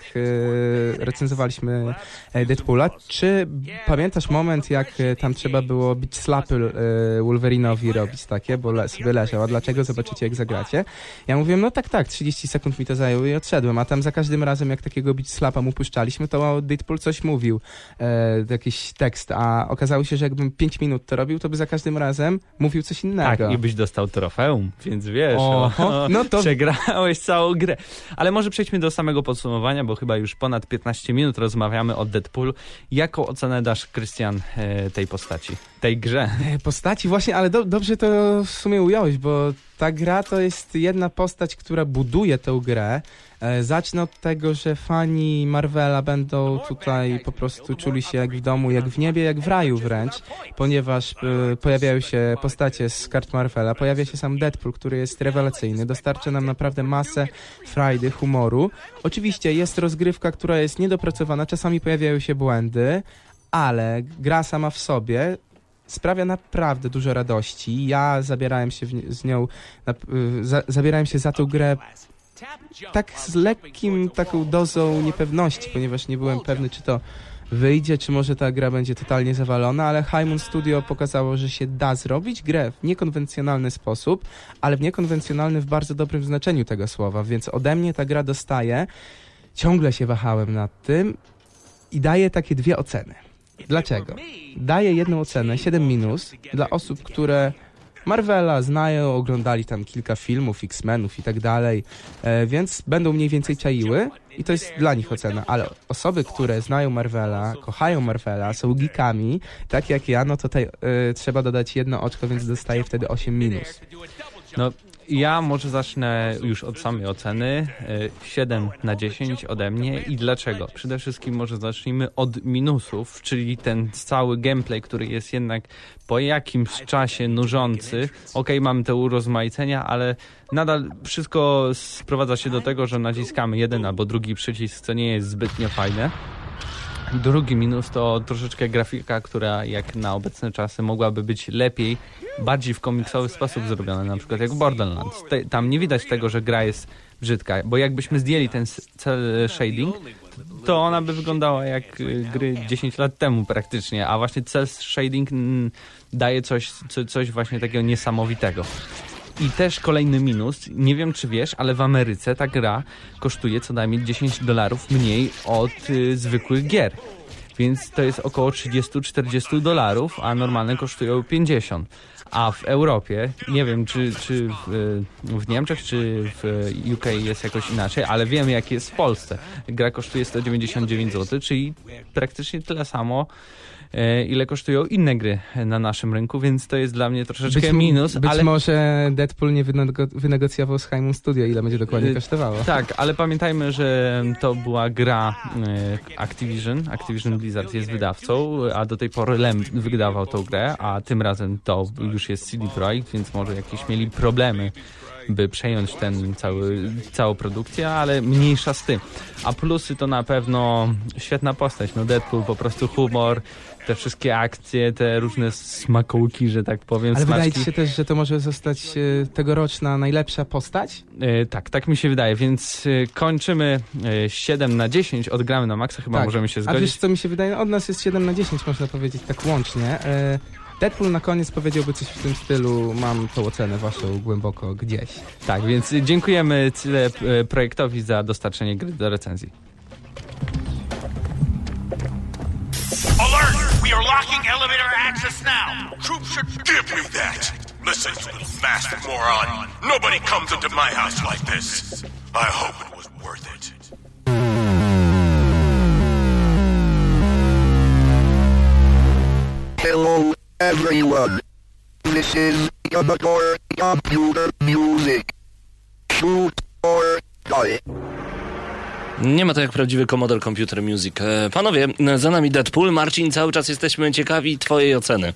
e, recenzowaliśmy e, Deadpoola, czy pamiętasz moment, jak e, tam trzeba było bić slapy e, Wolverinowi robić takie, bo le, sobie leżał, a dlaczego? Zobaczycie jak zagracie. Ja mówiłem, no tak, tak, trzydzieści sekund mi to zajęło i odszedłem, a tam za każdym razem, jak takiego bić slapa mu puszczaliśmy, to Deadpool coś mówił, e, jakiś tekst, a okazało się, że jakbym pięć minut to robił, to by za każdym razem mówił coś innego. Tak, i byś dostał trofeum, więc wiesz, Oho, o, no to- przegrałeś całą grę. Ale może przejdźmy do samego podsumowania, bo chyba już ponad piętnaście minut rozmawiamy o Deadpoolu. Jaką ocenę dasz, Krystian, e, tej postaci, tej grze? E, Postaci właśnie, ale do, dobrze to w sumie ująłeś, bo ta gra to jest jedna postać, która buduje tę grę. E, zacznę od tego, że fani Marvela będą tutaj po prostu czuli się jak w domu, jak w niebie, jak w raju wręcz, ponieważ e, pojawiają się postacie z kart Marvela, pojawia się sam Deadpool, który jest rewelacyjny, dostarcza nam naprawdę masę frajdy, humoru. Oczywiście jest rozgrywka, która jest niedopracowana, czasami pojawiają się błędy, ale gra sama w sobie sprawia naprawdę dużo radości. Ja zabierałem się w, z nią, na, y, za, zabierałem się za tę grę tak z lekkim taką dozą niepewności, ponieważ nie byłem pewny, czy to wyjdzie, czy może ta gra będzie totalnie zawalona, ale High Moon Studio pokazało, że się da zrobić grę w niekonwencjonalny sposób, ale w niekonwencjonalny w bardzo dobrym znaczeniu tego słowa, więc ode mnie ta gra dostaje. Ciągle się wahałem nad tym i daję takie dwie oceny. Dlaczego? Daję jedną ocenę, siedem minus, dla osób, które Marvela, znają, oglądali tam kilka filmów, X-Menów i tak dalej, e, więc będą mniej więcej czaiły i to jest dla nich ocena, ale osoby, które znają Marvela, kochają Marvela, są geekami, tak jak ja, no to tutaj e, trzeba dodać jedno oczko, więc dostaję wtedy osiem minus. No, ja może zacznę już od samej oceny. siedem na dziesięć ode mnie. I dlaczego? Przede wszystkim może zacznijmy od minusów, czyli ten cały gameplay, który jest jednak po jakimś czasie nużący. Okej, mamy te urozmaicenia, ale nadal wszystko sprowadza się do tego, że naciskamy jeden albo drugi przycisk, co nie jest zbytnio fajne. Drugi minus to troszeczkę grafika, która jak na obecne czasy mogłaby być lepiej, bardziej w komiksowy sposób zrobiona, na przykład jak Borderlands. Te, tam nie widać tego, że gra jest brzydka, bo jakbyśmy zdjęli ten cel shading, to ona by wyglądała jak gry dziesięć lat temu praktycznie, a właśnie cel shading mm, daje coś, co, coś właśnie takiego niesamowitego. I też kolejny minus, nie wiem czy wiesz, ale w Ameryce ta gra kosztuje co najmniej dziesięć dolarów mniej od y, zwykłych gier. Więc to jest około trzydzieści do czterdziestu dolarów, a normalne kosztują pięćdziesiąt. A w Europie, nie wiem czy, czy w, w Niemczech, czy w U K jest jakoś inaczej, ale wiemy jak jest w Polsce. Gra kosztuje sto dziewięćdziesiąt dziewięć złotych, czyli praktycznie tyle samo, ile kosztują inne gry na naszym rynku, więc to jest dla mnie troszeczkę być, minus. Być ale... może Deadpool nie wynego- wynegocjował z Haimon Studio, ile będzie dokładnie kosztowało. Tak, ale pamiętajmy, że to była gra Activision. Activision Blizzard jest wydawcą, a do tej pory Lem wydawał tą grę, a tym razem to już jest C D Projekt, więc może jakieś mieli problemy, by przejąć ten cały, całą produkcję, ale mniejsza z tym. A plusy to na pewno świetna postać. No Deadpool, po prostu humor, te wszystkie akcje, te różne smakołki, że tak powiem. Ale smaczki. wydaje ci się też, że to może zostać e, tegoroczna najlepsza postać? E, tak, tak mi się wydaje, więc e, kończymy e, siedem na dziesięć, odgramy na maksa, chyba tak. możemy się A zgodzić. wiesz co mi się wydaje? Od nas jest siedem na dziesięć, można powiedzieć tak łącznie. E, Deadpool na koniec powiedziałby coś w tym stylu, mam tą ocenę waszą głęboko gdzieś. Tak, więc dziękujemy tyle e, projektowi za dostarczenie gry do recenzji. Alert! We are locking elevator access now. Troops should give me that. Listen, you little master moron. Nobody comes into my house like this. I hope it was worth it. Hello, everyone. This is Commodore Computer Music. Shoot or die. Nie ma to jak prawdziwy Commodore Computer Music. E, panowie, za nami Deadpool. Marcin, cały czas jesteśmy ciekawi twojej oceny.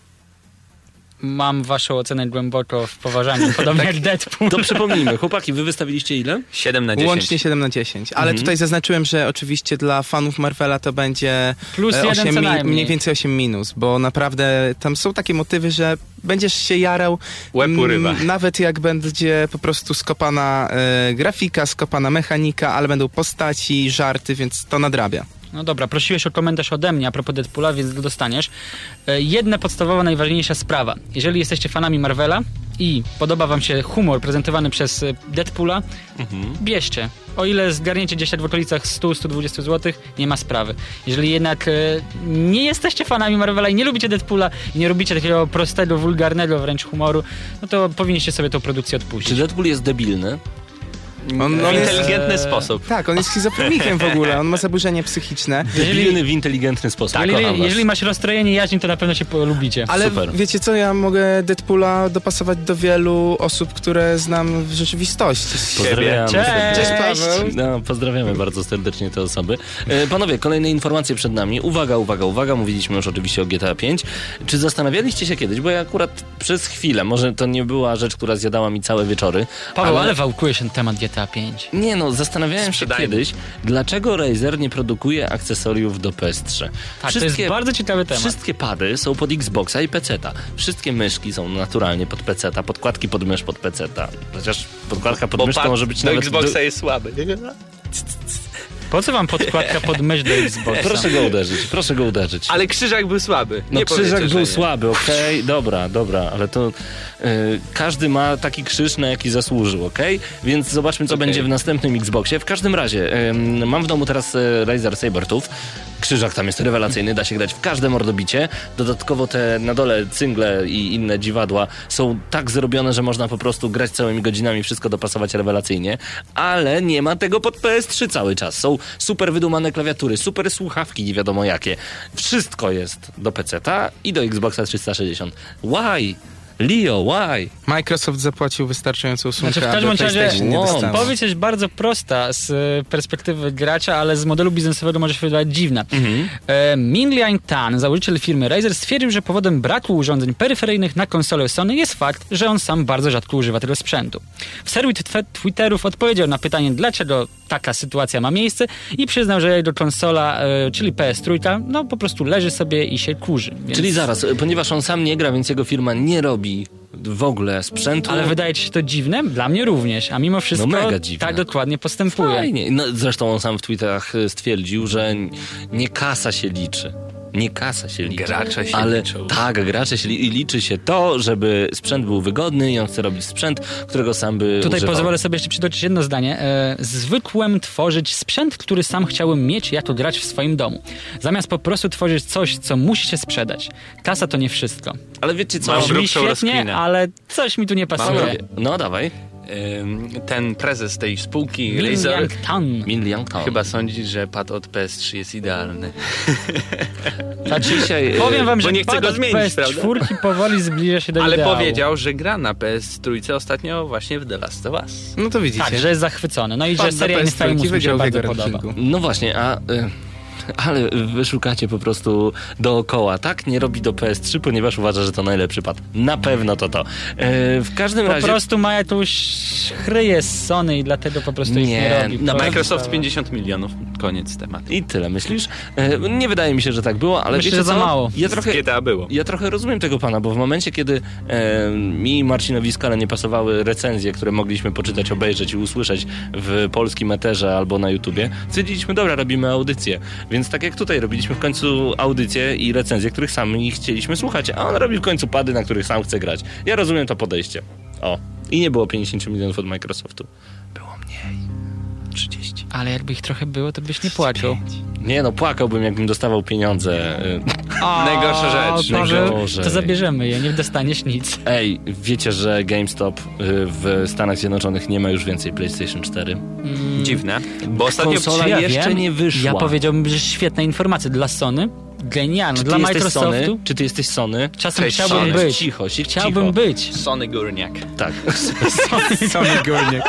Mam waszą ocenę głęboko w poważaniu, podobnie jak Deadpool. To przypomnijmy, chłopaki, wy wystawiliście ile? siedem na dziesięć. Łącznie siedem na dziesięć, ale Mhm. tutaj zaznaczyłem, że oczywiście dla fanów Marvela to będzie Plus e, jeden osiem co mi- najmniej. mniej więcej osiem minus, bo naprawdę tam są takie motywy, że będziesz się jarał, Łeb urywa. m, nawet jak będzie po prostu skopana e, grafika, skopana mechanika, ale będą postaci, żarty, więc to nadrabia. No dobra, prosiłeś o komentarz ode mnie a propos Deadpoola, więc go dostaniesz. E, Jedna podstawowa, najważniejsza sprawa. Jeżeli jesteście fanami Marvela i podoba wam się humor prezentowany przez e, Deadpoola, Mhm. bierzcie. O ile zgarniecie gdzieś tak w okolicach sto do stu dwudziestu złotych, nie ma sprawy. Jeżeli jednak e, nie jesteście fanami Marvela i nie lubicie Deadpoola i nie lubicie takiego prostego, wulgarnego wręcz humoru, no to powinniście sobie tą produkcję odpuścić. Czy Deadpool jest debilny? On, W on jest, inteligentny sposób. tak, on jest schizofrenikiem w ogóle, on ma zaburzenie psychiczne. Debilny w inteligentny sposób. Tak, Kocham jeżeli, was. jeżeli masz rozstrojenie jaźni, to na pewno się polubicie. Ale Super. wiecie co, ja mogę Deadpoola dopasować do wielu osób, które znam w rzeczywistości. Pozdrawiamy. Cześć. Cześć Paweł. No, pozdrawiamy bardzo serdecznie te osoby. E, panowie, kolejne informacje przed nami. Uwaga, uwaga, uwaga. Mówiliśmy już oczywiście o G T A pięć. Czy zastanawialiście się kiedyś, bo ja akurat przez chwilę, może to nie była rzecz, która zjadała mi całe wieczory. Paweł, ale, ale wałkujesz ten temat G T A pięć. Nie no, zastanawiałem się Sprzedajmy. kiedyś, dlaczego Razer nie produkuje akcesoriów do P S trzy. Tak, to jest bardzo ciekawy temat. Wszystkie pady są pod Xboxa i peceta. Wszystkie myszki są naturalnie pod peceta, podkładki pod mysz pod peceta. Chociaż podkładka pod Bo mysz to pad może być do nawet... Xboxa jest słaby. Po co wam podkładka pod mysz do Xboxa? Proszę go uderzyć, proszę go uderzyć. Ale krzyżak był słaby. No Nie krzyżak powiecie, że był nie. słaby, okej, dobra, dobra, ale to y, każdy ma taki krzyż, na jaki zasłużył, okej? Więc zobaczmy, co Okej. będzie w następnym Xboxie. W każdym razie, y, mam w domu teraz y, Razer Sabertooth. Krzyż krzyżak tam jest rewelacyjny, da się grać w każde mordobicie. Dodatkowo te na dole cyngle i inne dziwadła są tak zrobione, że można po prostu grać całymi godzinami, wszystko dopasować rewelacyjnie, ale nie ma tego pod P S trzy cały czas. Są super wydumane klawiatury, super słuchawki, nie wiadomo jakie. Wszystko jest do peceta i do Xboxa trzysta sześćdziesiąt. Why? Leo, why? Microsoft zapłacił wystarczającą sumę. Znaczy w każdym aby razie PlayStation nie dostało. odpowiedź jest bardzo prosta z perspektywy gracza, ale z modelu biznesowego może się wydawać dziwna. Mhm. E, Min Liang Tan, założyciel firmy Razer, stwierdził, że powodem braku urządzeń peryferyjnych na konsolę Sony jest fakt, że on sam bardzo rzadko używa tego sprzętu. W serii tw- Twitterów odpowiedział na pytanie, dlaczego taka sytuacja ma miejsce i przyznał, że jego konsola, e, czyli P S trzy, no po prostu leży sobie i się kurzy. Więc... Czyli zaraz, ponieważ on sam nie gra, więc jego firma nie robi w ogóle sprzętu. Ale wydaje ci się to dziwne? Dla mnie również, a mimo wszystko no mega dziwne. tak dokładnie postępuje. Fajnie. No, zresztą on sam w tweetach stwierdził, że nie kasa się liczy. Nie kasa się liczy. Gracze się ale liczą. Tak, gracze się li- liczy się to, żeby sprzęt był wygodny i on chce robić sprzęt, którego sam by Tutaj używał. pozwolę sobie jeszcze przytoczyć jedno zdanie. E, zwykłem tworzyć sprzęt, który sam chciałem mieć jako gracz w swoim domu. Zamiast po prostu tworzyć coś, co musi się sprzedać. Kasa to nie wszystko. Ale wiecie co? Mam Brzmi grubszą świetnie, rozkminę. ale coś mi tu nie pasuje. No dawaj. Ym, Ten prezes tej spółki Min Razer Liang Tan. Min Liang Tan. chyba sądzi, że pad od P S trzy jest idealny. Znaczy, Dzisiaj, powiem wam, bo że nie chce pad go od zmienić, P S cztery powoli zbliża się do Ale ideału. powiedział, że gra na P S trzy ostatnio właśnie w The Last of Us. No to widzicie. Tak, że jest zachwycony. No i Pad że do seria P S trzy Infamous mi się wygrał w bardzo jego podoba. rankingu. No właśnie, a... Y- ale wy szukacie po prostu dookoła, tak? Nie robi do P S trzy, ponieważ uważa, że to najlepszy pad. Na pewno to to. E, w każdym Po razie... prostu ma jakąś chryję z Sony i dlatego po prostu ich nie Nie, robi. na Prosta Microsoft sprawa. pięćdziesiąt milionów. Koniec tematu. I tyle, myślisz? E, nie wydaje mi się, że tak było, ale Myślę, wiecie że za co? mało. Ja trochę, G T A było. ja trochę rozumiem tego pana, bo w momencie, kiedy e, mi i Marcinowi Skale nie pasowały recenzje, które mogliśmy poczytać, obejrzeć i usłyszeć w polskim eterze albo na YouTubie, stwierdziliśmy, dobra, robimy audycję. Więc tak jak tutaj robiliśmy w końcu audycje i recenzje, których sami chcieliśmy słuchać, a on robi w końcu pady, na których sam chce grać. Ja rozumiem to podejście. O. I nie było pięćdziesiąt milionów od Microsoftu. Było mniej. trzydzieści. Ale jakby ich trochę było, to byś nie płacił. Nie no, płakałbym, jakbym dostawał pieniądze. O, Najgorsza rzecz, Boże, najgorzej. to zabierzemy je, nie dostaniesz nic. Ej, wiecie, że GameStop y, w Stanach Zjednoczonych nie ma już więcej PlayStation cztery? Dziwne. Bo ostatnio Konsola Ja jeszcze wiem, nie wyszła. Ja powiedziałbym, że świetna informacja dla Sony. Genialna. Czy ty Dla jesteś Microsoftu. Sony? Czy ty jesteś Sony? Czasem Cześć, chciałbym Sony. być. Cicho, się Chciałbym cicho. być. Sony Górniak. Tak. Sony Górniak.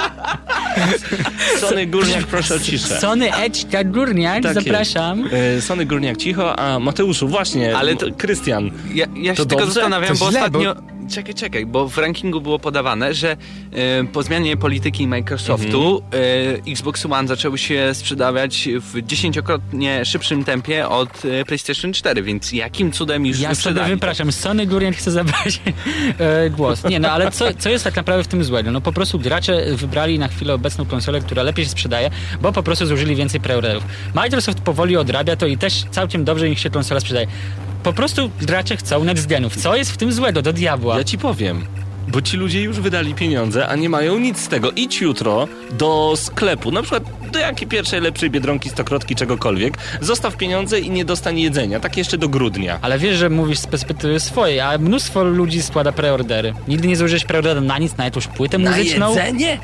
Sony Górniak, proszę o ciszę. Sony Edge, tak górniak, Tak zapraszam. jest. E, Sony Górniak cicho, a Mateuszu, właśnie, Ale ale to- to Krystian. Ja, ja się To tylko dobrze? zastanawiam, To bo źle, ostatnio... Czekaj, czekaj, bo w rankingu było podawane, że e, po zmianie polityki Microsoftu e, Xbox One zaczęły się sprzedawać w dziesięciokrotnie szybszym tempie od e, PlayStation cztery, więc jakim cudem już Ja sobie wyprzedali? wypraszam, Sony Górniak chce zabrać e, głos. Nie, no ale co, co jest tak naprawdę w tym złego? No po prostu gracze wybrali na chwilę obecną konsolę, która lepiej się sprzedaje, bo po prostu zużyli więcej preorderów. Microsoft powoli odrabia to i też całkiem dobrze ich się konsola sprzedaje. Po prostu gracze chcą next genów. Co jest w tym złego? Do diabła. Ja ci powiem. Bo ci ludzie już wydali pieniądze, a nie mają nic z tego. Idź jutro do sklepu, na przykład do jakiej pierwszej lepszej Biedronki, Stokrotki, czegokolwiek, zostaw pieniądze i nie dostań jedzenia. Tak jeszcze do grudnia. Ale wiesz, że mówisz z perspektywy swojej, a mnóstwo ludzi składa preordery. Nigdy nie zużyłeś preorderu na nic, na jakąś płytę muzyczną? jedzenie?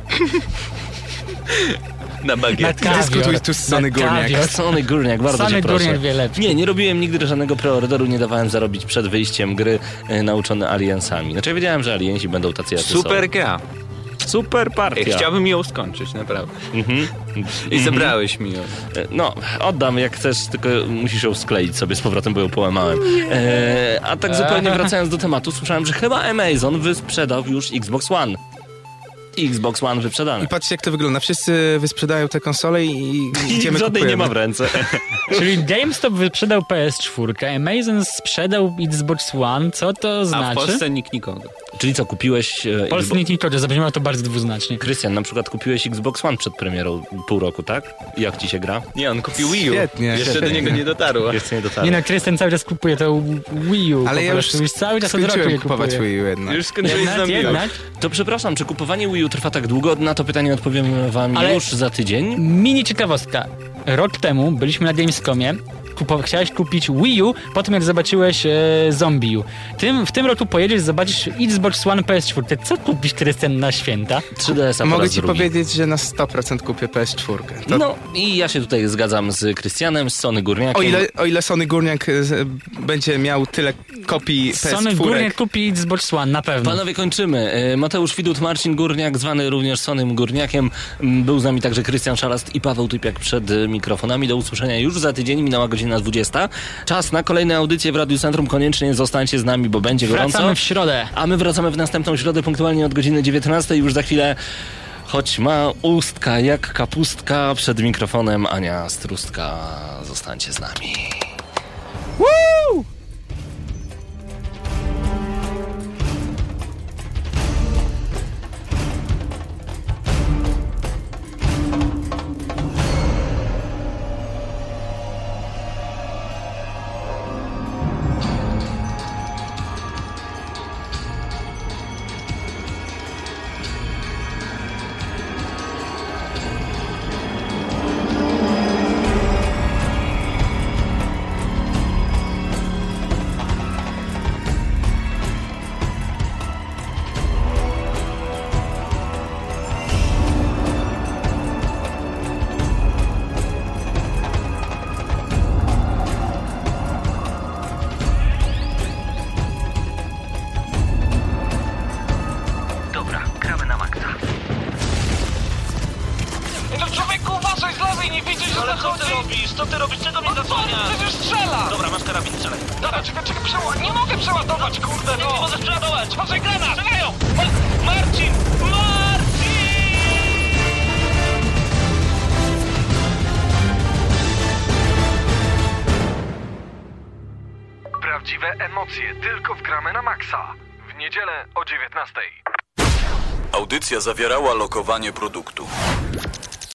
Na bagietkę. kawior. Dyskutuj tu z Sony Na Górniak. kawior. Sony Górniak, bardzo Sony cię proszę. Górniak wie lepiej. Nie, nie robiłem nigdy żadnego preorderu, nie dawałem zarobić przed wyjściem gry e, nauczony Aliensami. Znaczy ja wiedziałem, że Aliensi będą tacy jacy Super gra. są. Super partia. Ej, chciałbym ją skończyć, naprawdę. Mhm. I zabrałeś mi ją. E, No, oddam jak chcesz, tylko musisz ją skleić sobie z powrotem, bo ją połamałem. E, a tak zupełnie wracając do tematu, słyszałem, że chyba Amazon wysprzedał już Xbox One. Xbox One wyprzedany. I patrzcie, jak to wygląda. Wszyscy wysprzedają te konsole i I idziemy żadnej nie kupujemy. ma w ręce. Czyli GameStop wyprzedał P S cztery, Amazon sprzedał Xbox One, co to A w znaczy? Polsce nikt nikogo. Czyli co, kupiłeś... E, Polsce Xbox... nikt nikogo, zabrzmiało to bardzo dwuznacznie. Krystian, na przykład kupiłeś Xbox One przed premierą pół roku, tak? Jak ci się gra? Nie, on kupił Wii U. Świetnie. Jeszcze do niego nie dotarło. Jeszcze nie dotarło. Nie no, Krystian cały czas kupuje to Wii U. Ale po ja już prostu. już cały czas od roku skończyłem je kupować kupuje. Wii U jednak. Już skończyłeś z Jednak, nami. jednak. To przepraszam, czy kupowanie Wii U trwa tak długo? Na to pytanie odpowiem wam Ale- już za tydzień. Mini ciekawostka. Rok temu byliśmy na Gamescomie, kupo- chciałeś kupić Wii U po tym, jak zobaczyłeś e, Zombie U. Tym, w tym roku pojedziesz, zobaczysz Xbox One, P S cztery. Co kupisz, Krystian, na święta? trzy D S a po Mogę raz ci drugi. powiedzieć, że na sto procent kupię P S cztery. To... No i ja się tutaj zgadzam z Krystianem, z Sony Górniakiem. O ile, o ile Sony Górniak e, z- będzie miał tyle kopii P S cztery. Sony Górniak kupi Xbox One, na pewno. Panowie, kończymy. E, Mateusz Widut, Marcin Górniak, zwany również Sonym Górniakiem. M, Był z nami także Krystian Szalast i Paweł Typiak przed e, mikrofonami. Do usłyszenia już za tydzień, minęła godzina dwudziesta. Czas na kolejne audycje w Radiu Centrum. Koniecznie zostańcie z nami, bo będzie gorąco. Wracamy w środę. A my wracamy w następną środę punktualnie od godziny dziewiętnastej. Już za chwilę, choć ma ustka jak kapustka, przed mikrofonem Ania Strustka. Zostańcie z nami. Woo! Dobra, gramy na maksa. Ej, no człowieku, uważaj z lewej, nie widzisz, że Ale co zachodzi? ty robisz? Co ty robisz? Czego mnie No co, zasłaniasz? przecież strzela! Dobra, masz karabin, strzelaj. Dobra, czekaj, czekaj, przeła... Nie mogę przeładować, kurde, Nie, no! nie możesz przeładować. Uważaj, granat! Strzelają! Ma- Marcin! Marcin! Prawdziwe emocje tylko w Gramy na Maxa. W niedzielę o dziewiętnastej. Audycja zawierała lokowanie produktu.